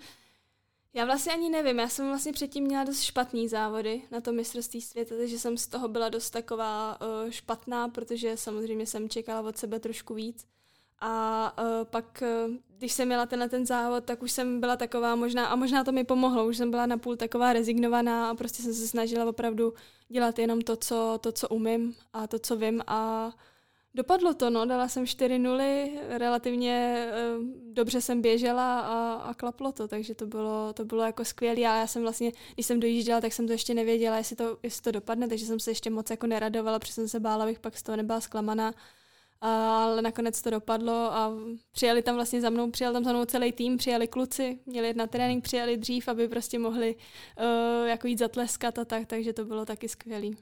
Já vlastně ani nevím, já jsem vlastně předtím měla dost špatný závody na to mistrovství světa, takže jsem z toho byla dost taková uh, špatná, protože samozřejmě jsem čekala od sebe trošku víc. A uh, pak, uh, když jsem měla tenhle ten závod, tak už jsem byla taková možná, a možná to mi pomohlo, už jsem byla napůl taková rezignovaná a prostě jsem se snažila opravdu dělat jenom to, co, to, co umím a to, co vím a dopadlo to, no, dala jsem čtyři nuly, relativně uh, dobře jsem běžela a, a klaplo to, takže to bylo, to bylo jako skvělé, ale já jsem vlastně, když jsem dojížděla, tak jsem to ještě nevěděla, jestli to, jestli to dopadne, takže jsem se ještě moc jako neradovala, protože jsem se bála, abych pak z toho nebyla zklamaná, ale nakonec to dopadlo a přijeli tam vlastně za mnou, přijel tam za mnou celý tým, přijeli kluci, měli jet na trénink, přijeli dřív, aby prostě mohli uh, jako jít zatleskat a tak, takže to bylo taky skvělý.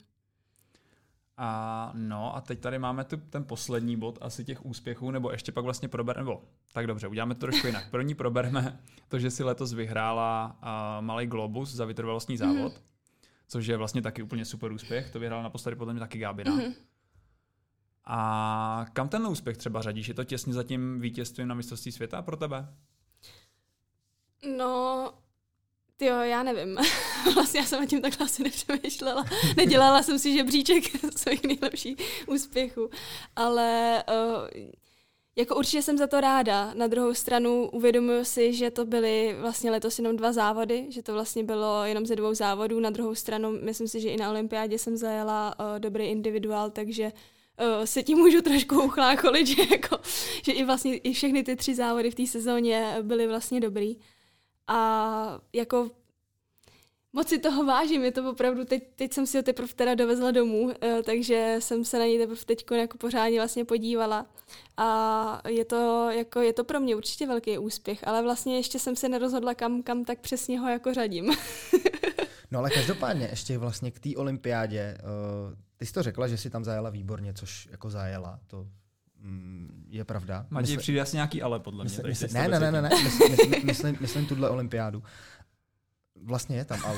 A no a teď tady máme tu, ten poslední bod asi těch úspěchů, nebo ještě pak vlastně probereme, nebo tak dobře, uděláme to trošku jinak. První probereme to, že si letos vyhrála uh, Malý globus za vytrvalostní závod, mm. což je vlastně taky úplně super úspěch, to vyhrála naposledy podle mě taky Gábina. Mm. A kam ten úspěch třeba řadíš? Je to těsně za tím vítězstvím na mistrovství světa pro tebe? No... Jo, já nevím. Vlastně já jsem na tím takhle asi nepřemýšlela. Nedělala jsem si žebříček svých nejlepších úspěchů. Ale uh, jako určitě jsem za to ráda. Na druhou stranu uvědomuji si, že to byly vlastně letos jenom dva závody, že to vlastně bylo jenom ze dvou závodů. Na druhou stranu myslím si, že i na olympiádě jsem zajela uh, dobrý individuál, takže uh, se tím můžu trošku uchlácholit, že, jako, že i vlastně i všechny ty tři závody v té sezóně byly vlastně dobrý. A jako Moc si toho vážím, je to opravdu, teď, teď jsem si ho teprve teda dovezla domů, takže jsem se na něj teprve teď jako pořádně vlastně podívala a je to, jako, je to pro mě určitě velký úspěch, ale vlastně ještě jsem se nerozhodla, kam, kam tak přesně ho jako řadím. No ale každopádně ještě vlastně k té olympiádě, uh, ty jsi to řekla, že jsi tam zajela výborně, což jako zajela, to mm, je pravda. Matěj, přijde asi nějaký ale podle mě. Mysl, mysl, ne, ne, ne, ne, ne, myslím, myslím, myslím, myslím tuhle olympiádu. Vlastně je tam, ale...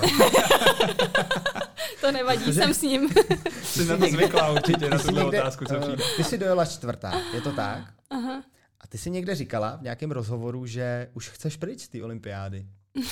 To nevadí, jsem s ním. Jsi na to zvykla určitě, na tuhle někde, otázku, co přijde. Ty jsi dojela čtvrtá, je to tak? Aha. A ty jsi někde říkala v nějakém rozhovoru, že už chceš pryč z té olympiády.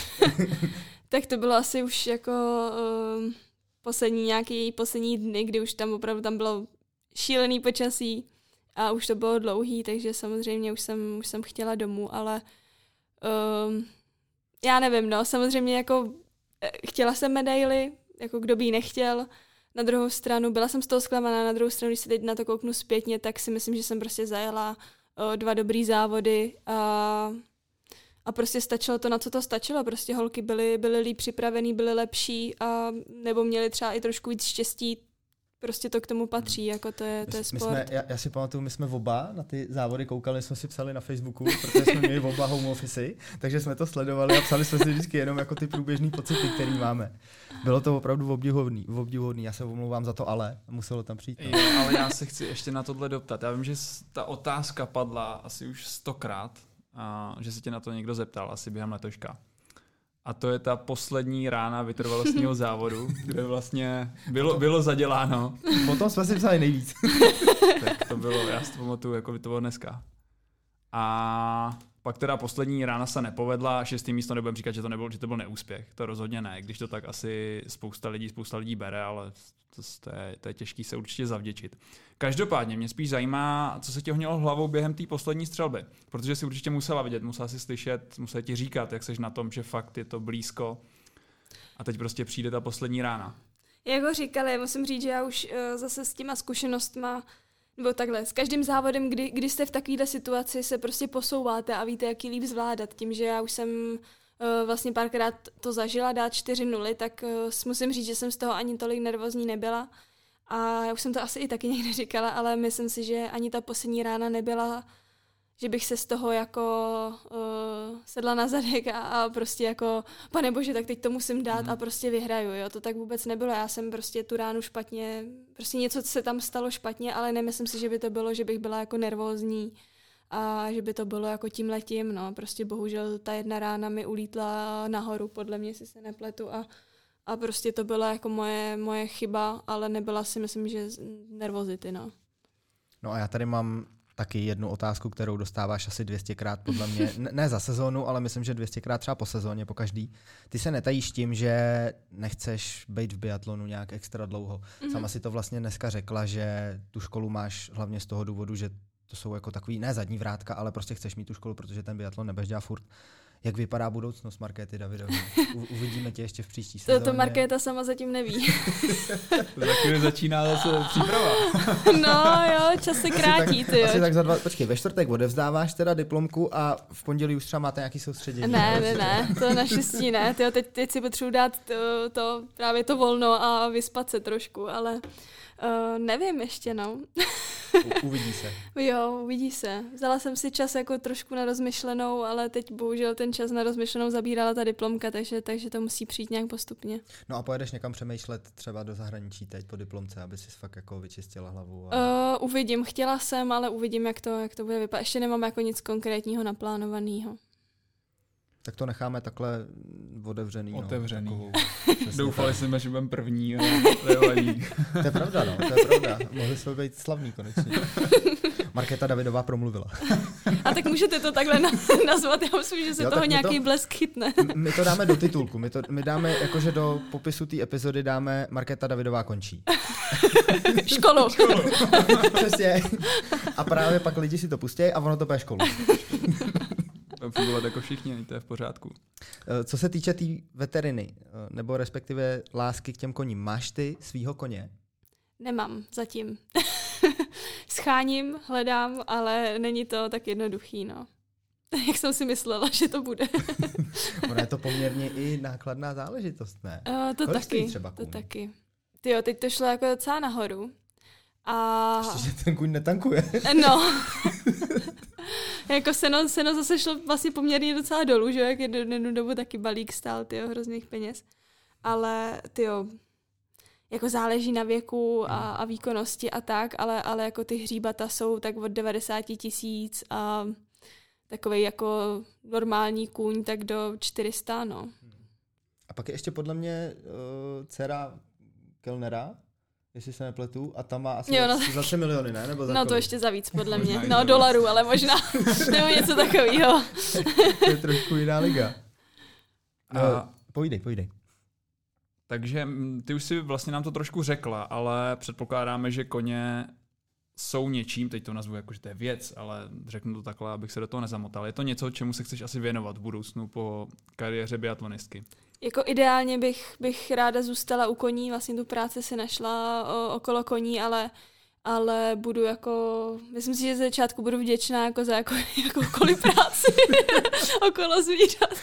Tak to bylo asi už jako uh, poslední nějaký poslední dny, kdy už tam opravdu tam bylo šílený počasí a už to bylo dlouhý, takže samozřejmě už jsem, už jsem chtěla domů, ale uh, já nevím, no, samozřejmě jako chtěla jsem medaili, jako kdo by ji nechtěl. Na druhou stranu byla jsem z toho zklamaná, na druhou stranu, když se teď na to kouknu zpětně, tak si myslím, že jsem prostě zajela uh, dva dobrý závody a, a prostě stačilo to, na co to stačilo. Prostě holky byly, byly líp připravený, byly lepší a nebo měly třeba i trošku víc štěstí. Prostě to k tomu patří, jako to je, to je sport. My jsme, já, já si pamatuju, my jsme oba na ty závody koukali, jsme si psali na Facebooku, protože jsme měli oba home office, takže jsme to sledovali a psali jsme si vždycky jenom jako ty průběžný pocity, který máme. Bylo to opravdu obdivuhodný, obdivuhodný. Já se omlouvám za to ale, muselo tam přijít. No. Jo, ale já se chci ještě na tohle doptat. Já vím, že ta otázka padla asi už stokrát, a že se tě na to někdo zeptal, asi během letoška. A to je ta poslední rána vytrvalostního závodu, kde vlastně bylo, bylo zaděláno. Potom jsme si psali nejvíc. Tak to bylo, já si to pamatuju, jako by to bylo dneska. A pak teda poslední rána se nepovedla, šestý místo nebudem říkat, že to nebyl, že to byl neúspěch. To rozhodně ne, když to tak asi spousta lidí, spousta lidí bere, ale to, to, je, to je těžký se určitě zavděčit. Každopádně mě spíš zajímá, co se ti honělo hlavou během té poslední střelby, protože si určitě musela vidět, musela si slyšet, musela ti říkat, jak seš na tom, že fakt je to blízko a teď prostě přijde ta poslední rána. Jak ho říkali, musím říct, že já už uh, zase s těma zkušenostma, nebo takhle, s každým závodem, kdy, kdy jste v takovéhle situaci, se prostě posouváte a víte, jak ji líp zvládat. Tím, že já už jsem uh, vlastně párkrát to zažila, dát čtyři nuly, tak uh, musím říct, že jsem z toho ani tolik nervózní nebyla. A já už jsem to asi i taky někde říkala, ale myslím si, že ani ta poslední rána nebyla, že bych se z toho jako uh, sedla na zadek a, a prostě jako, pane bože, tak teď to musím dát mm. a prostě vyhraju, jo, to tak vůbec nebylo, já jsem prostě tu ránu špatně, prostě něco se tam stalo špatně, ale nemyslím si, že by to bylo, že bych byla jako nervózní a že by to bylo jako tímhletím, no, prostě bohužel ta jedna rána mi ulítla nahoru, podle mě, si se nepletu a A prostě to byla jako moje, moje chyba, ale nebyla si, myslím, že nervozity, no. No a já tady mám taky jednu otázku, kterou dostáváš asi dvě stě krát podle mě, ne, ne za sezónu, ale myslím, že dvě stě krát třeba po sezóně, po každý. Ty se netajíš tím, že nechceš být v biatlonu nějak extra dlouho. Mm-hmm. Sama si to vlastně dneska řekla, že tu školu máš hlavně z toho důvodu, že to jsou jako takový, ne zadní vrátka, ale prostě chceš mít tu školu, protože ten biatlon nebudeš dělat furt. Jak vypadá budoucnost Markéty Davidové? U, uvidíme tě ještě v příští sezóně. To, to Markéta sama zatím neví. Za chvíli začíná zase příprava. No jo, čas se krátí, ty jo. Asi tak za dva, počkej, ve čtvrtek odevzdáváš teda diplomku a v pondělí už třeba máte nějaký soustředění. Ne, ne, ne, to naštěstí ne. Tyjo, teď, teď si potřebuji dát to, to, právě to volno a vyspat se trošku, ale uh, nevím ještě, no. U, uvidí se. Jo, uvidí se. Vzala jsem si čas jako trošku na rozmyšlenou, ale teď bohužel ten čas na rozmyšlenou zabírala ta diplomka, takže, takže to musí přijít nějak postupně. No a pojedeš někam přemýšlet třeba do zahraničí teď po diplomce, aby si fakt jako vyčistila hlavu? A... Uh, uvidím, chtěla jsem, ale uvidím, jak to, jak to bude vypadat. Ještě nemám jako nic konkrétního naplánovaného. Tak to necháme takhle otevřený. Otevřený. No, doufali jsme, že budeme první, ale nevadí. To je pravda, no, to je pravda. Mohli jsme být slavní konečně. Markéta Davidová promluvila. A tak můžete to takhle na- nazvat, já myslím, že se jo, toho nějaký to, blesk chytne. My to dáme do titulku, my, to, my dáme, jakože do popisu té epizody dáme Markéta Davidová končí. Školu. Školu. Přesně. A právě pak lidi si to pustí a ono to bude školu. Fungovat jako všichni, to je v pořádku. Co se týče té tý veteriny, nebo respektive lásky k těm koním, máš ty svýho koně? Nemám zatím. Scháním, hledám, ale není to tak jednoduchý, no. jak jsem si myslela, že to bude. Ona je to poměrně i nákladná záležitost, ne? Uh, to Kolik taky, třeba to kůň? taky. Tyjo, teď to šlo jako docela nahoru. A... Ještě, že ten kůň netankuje. No. Jako seno, seno zase šlo vlastně poměrně docela dolů, že jak jednu dobu taky balík stál, tyjo, hrozných peněz. Ale tyjo, jako záleží na věku a, a výkonnosti a tak, ale, ale jako ty hříbata jsou tak od devadesát tisíc a takovej jako normální kůň tak do čtyři sta, no. A pak je ještě podle mě uh, dcera Kellnera, jestli se nepletu, a ta má asi Jo, no. za, za tři miliony, ne? Nebo za No kolik? to ještě za víc, podle mě. Možná No dolarů, ale možná. Nebo něco takového. To je trošku jiná liga. No, A... povídej, povídej. Takže ty už si vlastně nám to trošku řekla, ale předpokládáme, že koně jsou něčím, teď to nazvu jako, že to je věc, ale řeknu to takhle, abych se do toho nezamotal. Je to něco, čemu se chceš asi věnovat v budoucnu po kariéře biatlonistky? Jako ideálně bych, bych ráda zůstala u koní, vlastně tu práci si našla o, okolo koní, ale, ale budu jako, myslím si, že ze začátku budu vděčná jako za jako, jakoukoliv práci okolo zvířat.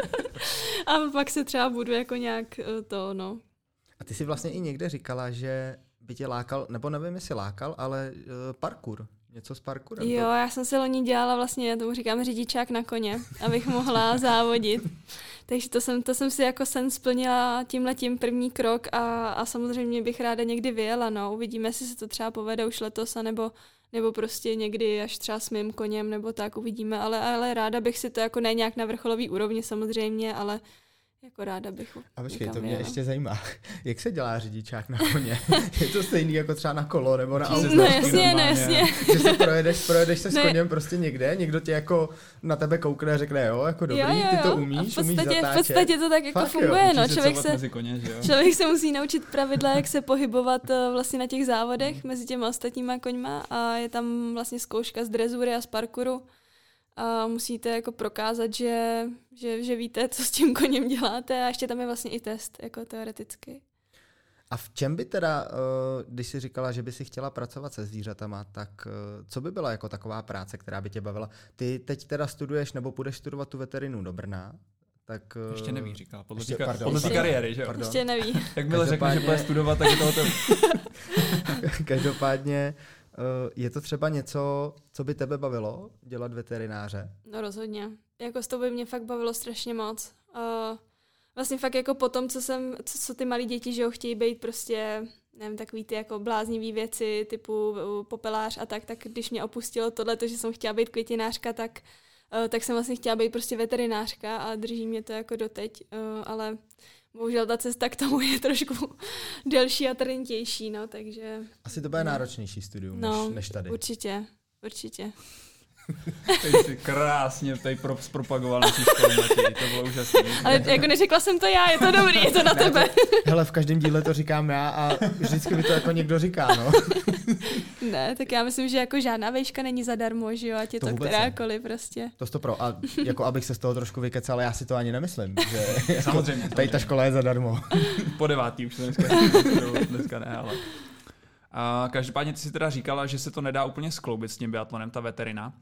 A pak se třeba budu jako nějak to, no. A ty jsi vlastně i někde říkala, že by tě lákal, nebo nevím, jestli lákal, ale uh, parkour. Něco s parkourem. Jo, já jsem se loni dělala vlastně, já tomu říkám řidičák na koně, abych mohla závodit. Takže to jsem, to jsem si jako sen splnila tímhletím první krok a, a samozřejmě bych ráda někdy vyjela, no. Uvidíme, jestli se to třeba povede už letos, anebo, nebo prostě někdy až třeba s mým koněm, nebo tak uvidíme, ale, ale ráda bych si to jako ne nějak na vrcholový úrovni samozřejmě, ale jako ráda bych. A počkej, to mě vyjela. ještě zajímá. Jak se dělá řidičák na koně? Je to stejný jako třeba na kolo nebo na auto? No jasně, no jasně. Že si projedeš, projedeš se s Ne. koněm prostě někde, někdo tě jako na tebe koukne a řekne, jo, jako dobrý, Jo, jo, ty to jo. umíš, A v umíš podstatě, zatáčet. v podstatě to tak jako Fakt jo, funguje, no. Učíš se Člověk covat se, mezi koně, že jo? člověk se musí naučit pravidla, jak se pohybovat uh, vlastně na těch závodech mezi těma ostatníma koňma a je tam vlastně zkouška z drezury a z parkouru. A musíte jako prokázat, že, že, že víte, co s tím koněm děláte a ještě tam je vlastně i test, jako teoreticky. A v čem by teda, uh, když jsi říkala, že by si chtěla pracovat se zvířatama, tak uh, co by byla jako taková práce, která by tě bavila? Ty teď teda studuješ nebo půjdeš studovat tu veterinu do Brna, tak... Uh, Ještě neví, říkala. Podle ještě- té pardon, podle té ještě- kariéry, že jo? pardon. Ještě neví. Jakmile řekne, že Každopádně- bude studovat, tak je to hotovo. Každopádně uh, je to třeba něco, co by tebe bavilo, dělat veterináře? No rozhodně. Jako s to by mě fakt bavilo strašně moc. Uh, vlastně fakt jako po tom, co jsem, co, co ty malí děti, že jo, chtějí být prostě, nevím, takový ty jako bláznivý věci, typu uh, popelář a tak, tak když mě opustilo tohleto, že jsem chtěla být květinářka, tak, uh, tak jsem vlastně chtěla být prostě veterinářka a drží mě to jako doteď, uh, ale bohužel ta cesta k tomu je trošku delší a trnitější, no, takže... Asi to bude náročnější studium No, než, než tady. určitě, určitě. Teď si krásně tady pro, zpropagoval naší školu, Matěj, to bylo úžasné. Ale jako neřekla jsem to já, je to dobrý, je to na tebe. Hele, v každém díle to říkám já a vždycky mi to jako někdo říká, no. Ne, tak já myslím, že jako žádná vejška není zadarmo, že jo, ať je To to, vůbec kterákoliv prostě. To sto pro. A jako abych se z toho trošku vykecal, já si to ani nemyslím, že Samozřejmě. tady ta škola je zadarmo. Po devátý už to dneska, dneska ne, ale... A každopádně ty si teda říkala, že se to nedá úplně skloubit s tím biatlonem, ta veterina.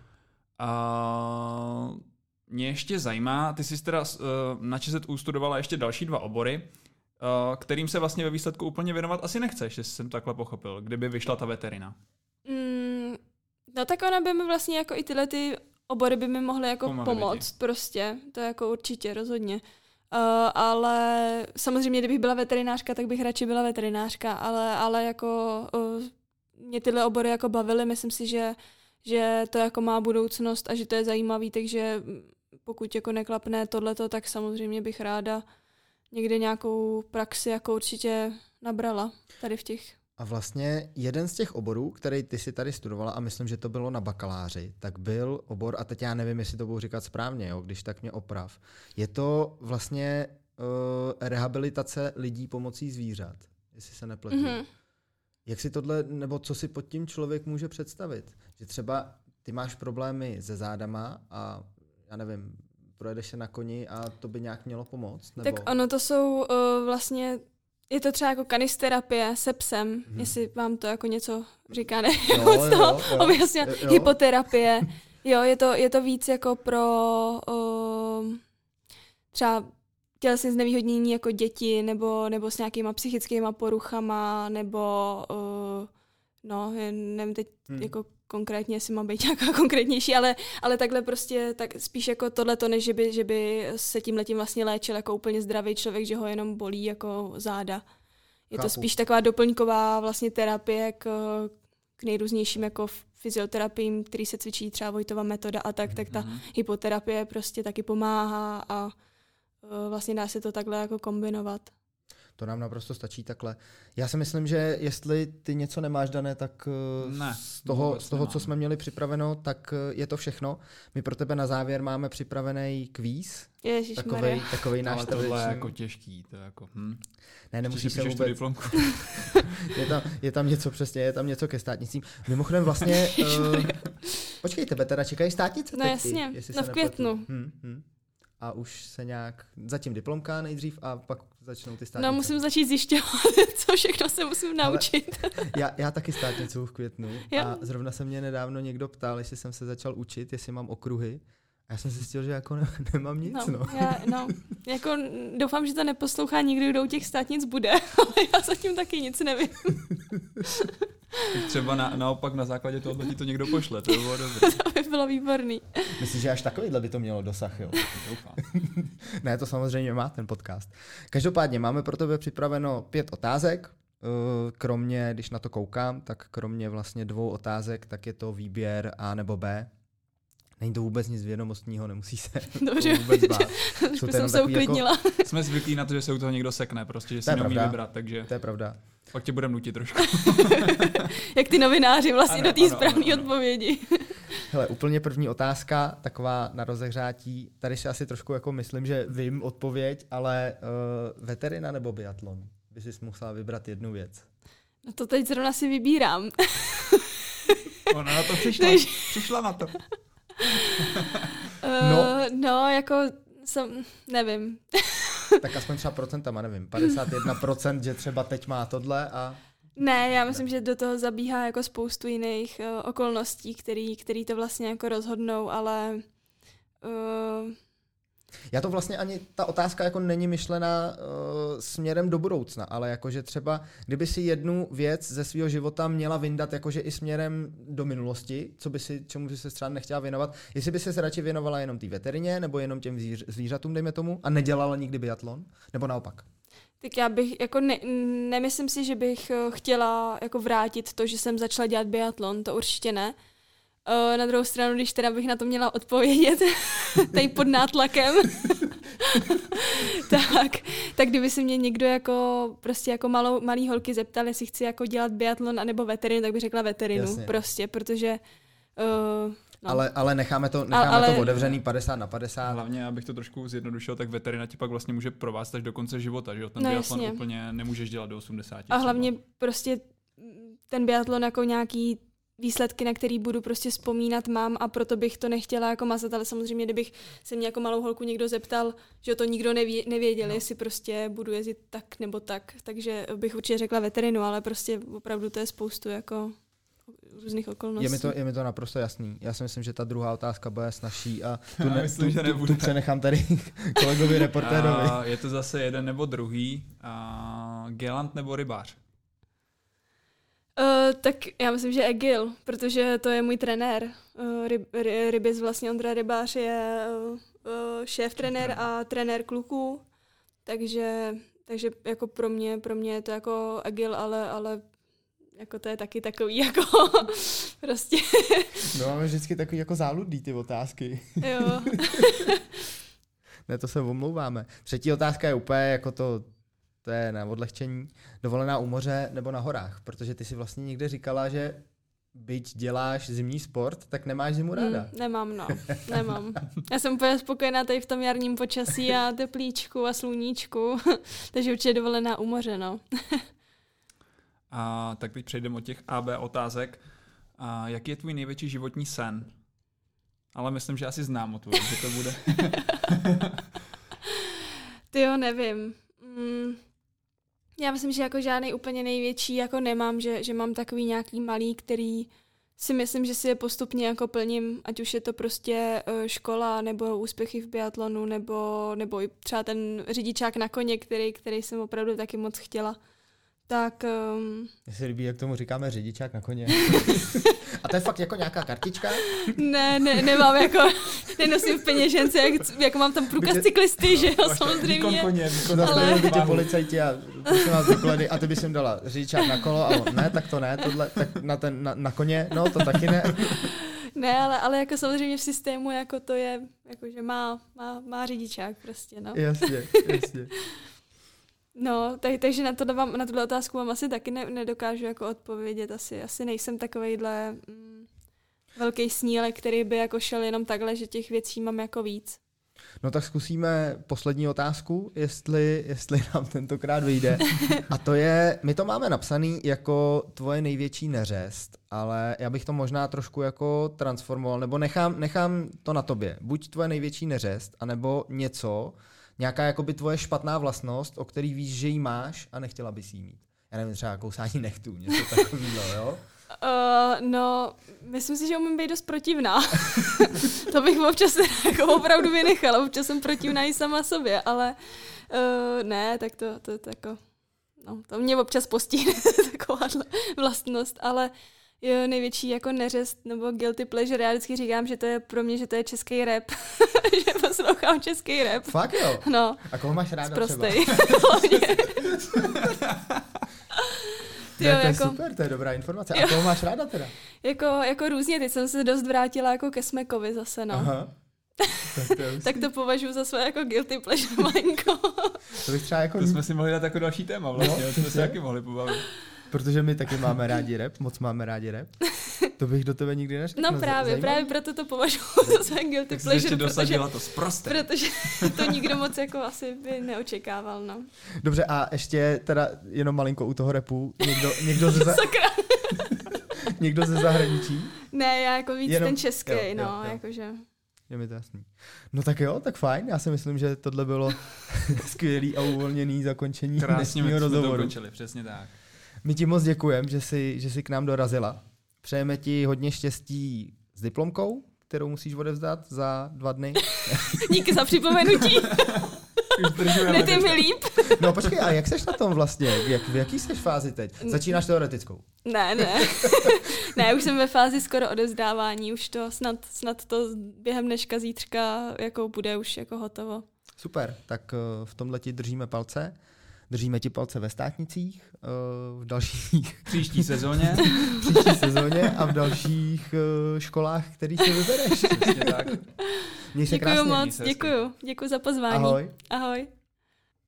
A mě ještě zajímá, ty jsi teda na ČZÚ studovala ještě další dva obory, kterým se vlastně ve výsledku úplně věnovat asi nechceš, jestli jsem takhle pochopil, kdyby vyšla ta veterina. Mm, no tak ona by mi vlastně jako i tyhle ty obory by mi mohly jako Pomohly pomoct prostě, to je jako určitě, rozhodně. Uh, ale samozřejmě, kdybych byla veterinářka, tak bych radši byla veterinářka, ale, ale jako uh, mě tyhle obory jako bavily, myslím si, že, že to jako má budoucnost a že to je zajímavý, takže pokud jako neklapne tohleto, tak samozřejmě bych ráda někde nějakou praxi jako určitě nabrala tady v těch. A vlastně jeden z těch oborů, který ty si tady studovala, a myslím, že to bylo na bakaláři, tak byl obor, a teď já nevím, jestli to budu říkat správně, jo, když tak mě oprav. Je to vlastně uh, rehabilitace lidí pomocí zvířat, jestli se nepletu. Mm-hmm. Jak si tohle, nebo co si pod tím člověk může představit? Že třeba ty máš problémy se zádama a já nevím, projedeš se na koni a to by nějak mělo pomoct? Nebo... Tak ono to jsou uh, vlastně, je to třeba jako kanisterapie se psem, hmm. jestli vám to jako něco říká, ne? Jo, z toho jo, jo. objasně, Jo. hypoterapie, Jo, je to, je to víc jako pro uh, třeba tělesné znevýhodnění jako děti, nebo, nebo s nějakýma psychickýma poruchama, nebo uh, no, nevím teď hmm. jako konkrétně, jestli mám být nějaká konkrétnější, ale, ale takhle prostě tak spíš jako tohleto, než že by, že by se tímhletím vlastně léčil jako úplně zdravý člověk, že ho jenom bolí jako záda. Je Chápu. To spíš taková doplňková vlastně terapie k, k nejrůznějším jako fyzioterapiím, který se cvičí třeba Vojtova metoda a tak, mm-hmm. tak ta hypoterapie prostě taky pomáhá a vlastně dá se to takhle jako kombinovat. To nám naprosto stačí takhle. Já si myslím, že jestli ty něco nemáš, Dané, tak ne, z toho, z toho co jsme měli připraveno, tak je to všechno. My pro tebe na závěr máme připravený kvíz. Takovej, takovej náš tradiční. Ale tohle je jako těžký. To je jako, hm. Ne, nemusíš se vůbec. je, tam, je tam něco přesně, je tam něco ke státnicím. Mimochodem vlastně, uh, počkej, tebe teda čekají státnice? No jasně, no v květnu. Hm, hm. A už se nějak, zatím diplomka nejdřív a pak začnou ty státnice. No musím začít zjišťovat, co všechno se musím naučit. já, já taky státnicu v květnu jo. A zrovna se mě nedávno někdo ptal, jestli jsem se začal učit, jestli mám okruhy. A já jsem zjistil, že jako ne, nemám nic. No, no. Já, no, jako doufám, že to neposlouchá nikdo, kdo u těch státnic bude, ale já zatím taky nic nevím. Třeba na, naopak na základě toho ti to někdo pošle, to by bylo dobré. To by bylo výborný. Myslíš, že až takovýhle by to mělo dosah, jo? Doufám. Ne, to samozřejmě má ten podcast. Každopádně máme pro tebe připraveno pět otázek. Kromě, když na to koukám, tak kromě vlastně dvou otázek, tak je to výběr A nebo B. Není to vůbec nic vědomostního, nemusí se Dobře, vůbec bát. Už jsem se uklidnila. Jako... Jsme zvyklí na to, že se u toho někdo sekne, prostě, že si neumí vybrat, takže... To je pravda. Pak tě budeme nutit trošku. Jak ty novináři vlastně ano, do té správné odpovědi. Hele, úplně první otázka, taková na rozehřátí. Tady si asi trošku jako myslím, že vím odpověď, ale uh, veterina nebo biatlon? By si musela vybrat jednu věc. No to teď zrovna si vybírám. Ona na to přišla. Přišla na to. No, uh, no jako jsem, nevím. Tak aspoň třeba procentama, nevím, padesát jedna procent, že třeba teď má tohle a... Ne, já myslím, že do toho zabíhá jako spoustu jiných uh, okolností, který, který to vlastně jako rozhodnou, ale... Uh... Já to vlastně ani, ta otázka jako není myšlená uh, směrem do budoucna, ale jakože třeba, kdyby si jednu věc ze svého života měla vyndat jakože i směrem do minulosti, co by si, čemu by se třeba nechtěla věnovat, jestli by se radši věnovala jenom té veterině, nebo jenom těm zvíř, zvířatům, dejme tomu, a nedělala nikdy biatlon, nebo naopak? Tak já bych, jako ne, nemyslím si, že bych chtěla jako vrátit to, že jsem začala dělat biatlon, to určitě ne. Na druhou stranu, když teda bych na to měla odpovědět tady pod nátlakem, tak, tak kdyby se mě někdo jako prostě jako malou, malý holky zeptal, jestli chci jako dělat biatlon anebo veterinu, tak bych řekla veterinu. Jasně. Prostě, protože... Uh, no. ale, ale necháme to, necháme ale, to otevřený padesát na padesát. Hlavně, abych to trošku zjednodušil, tak veterina ti pak vlastně může provázet až do konce života, že jo? Ten no, biatlon jasně. Úplně nemůžeš dělat do osmdesáti. A hlavně prostě ten biatlon jako nějaký výsledky, na který budu prostě vzpomínat, mám a proto bych to nechtěla jako mazat, ale samozřejmě, kdybych se mě jako malou holku někdo zeptal, že to nikdo neví, nevěděl, no. jestli prostě budu jezdit tak nebo tak, takže bych určitě řekla veterinu, ale prostě opravdu to je spoustu jako různých okolností. Je mi to, je mi to naprosto jasný. Já si myslím, že ta druhá otázka bude snazší a tu, ne, myslím, tu, že tu, tu přenechám tady kolegovi reportérovi. A je to zase jeden nebo druhý. A Gelant nebo rybář? Uh, tak já myslím, že Egil, protože to je můj trenér. Uh, ryb, ry, Rybis vlastně Ondra Rybář je uh, šéf trenér a trenér kluků, takže, takže jako pro mě, pro mě je to jako Egil, ale, ale jako to je taky takový jako prostě. No máme vždycky takový jako záludný ty otázky. Jo. Ne, to se omlouváme. Třetí otázka je úplně jako to To je na odlehčení. Dovolená u moře nebo na horách? Protože ty si vlastně někde říkala, že byť děláš zimní sport, tak nemáš zimu ráda. Hmm, nemám, no. Nemám. Já jsem úplně spokojená tady v tom jarním počasí a teplíčku a sluníčku. Takže určitě dovolená u moře, no. A tak teď přejdeme od těch A B otázek. A jaký je tvůj největší životní sen? Ale myslím, že asi znám odpověď, že to bude. Ty jo, nevím. Mm. Já myslím, že jako žádný úplně největší jako nemám, že, že mám takový nějaký malý, který si myslím, že si je postupně jako plním, ať už je to prostě škola, nebo úspěchy v biatlonu, nebo, nebo i třeba ten řidičák na koně, který, který jsem opravdu taky moc chtěla. Tak... Um... Mně se líbí, jak tomu říkáme řidičák na koně. A to je fakt jako nějaká kartička? Ne, ne, nemám jako, nenosím v peněžence, jak, jako mám tam průkaz cyklisty, že jo, samozřejmě. Výkon koně, výkon ale... by tě policajti a prosím vás doklady a ty bys jim dala řidičák na kolo a on, ne, tak to ne, tohle, tak na, ten, na, na koně, no to taky ne. Ne, ale, ale jako samozřejmě v systému jako to je, jako že má, má, má řidičák prostě, no. Jasně, jasně. No, tak, takže na, tohle vám, na tuhle otázku vám asi taky ne, nedokážu jako odpovědět. Asi, asi nejsem takovejhle mm, velký snílek, který by jako šel jenom takhle, že těch věcí mám jako víc. No tak zkusíme poslední otázku, jestli, jestli nám tentokrát vyjde. A to je, my to máme napsaný jako tvoje největší neřest, ale já bych to možná trošku jako transformoval, nebo nechám, nechám to na tobě. Buď tvoje největší neřest, anebo něco, nějaká jakoby tvoje špatná vlastnost, o který víš, že jí máš a nechtěla bys jí mít. Já nevím, třeba kousání nechtů, něco takového, jo? Uh, no, myslím si, že umím být dost protivná. To bych občas jako opravdu vynechala, občas jsem protivná i sama sobě, ale uh, ne, tak to, to, to jako, no, to mě občas postihne takováhle vlastnost, ale jo, největší jako neřest nebo guilty pleasure, já vždycky říkám, že to je pro mě, že to je český rap, že poslouchám český rap. Fakt jo? No. A koho máš ráda Sprostej. třeba? Ne, Jo, to je jako, super, to je dobrá informace. A koho máš ráda teda? Jako, jako různě, teď jsem se dost vrátila jako ke Smekovi zase, no. Aha. Tak to, tak to považuji za své jako guilty pleasure malinko. To bych třeba jako... To jsme si mohli dát jako další téma vlastně, no, jsme se taky mohli pobavit. Protože my taky máme rádi rap, moc máme rádi rap. To bych do tebe nikdy neřekl. No právě, Zajímavý. právě proto to považuji za své guilty tak pleasure, protože, to sprosté. protože to nikdo moc jako asi by neočekával, no. Dobře, a ještě teda jenom malinko u toho rapu, někdo, někdo, ze, za... někdo ze zahraničí? Ne, já jako víc jenom... ten český, jo, no, jo, jo. jakože. Je mi to jasný. No tak jo, tak fajn, já si myslím, že tohle bylo skvělý a uvolněný zakončení Krásně dnešního rozhovoru. Krásně dokončili, přesně tak. My ti moc děkujeme, že jsi, že jsi k nám dorazila. Přejeme ti hodně štěstí s diplomkou, kterou musíš odevzdat za dva dny. Díky za připomenutí. Ne, ty mi líp. No počkej, a jak seš na tom vlastně? Jak, v jaký seš fázi teď? Začínáš teoretickou? Ne, ne. Ne, už jsem ve fázi skoro odevzdávání, už to snad, snad to během dneška, zítřka jako bude už jako hotovo. Super, tak v tomhle ti držíme palce. Držíme ti palce ve státnicích, v dalších... Příští sezóně. Příští sezóně a v dalších školách, který si vybereš. Přesně tak. Měj se děkuju krásně. moc, děkuju. Děkuju za pozvání. Ahoj. Ahoj.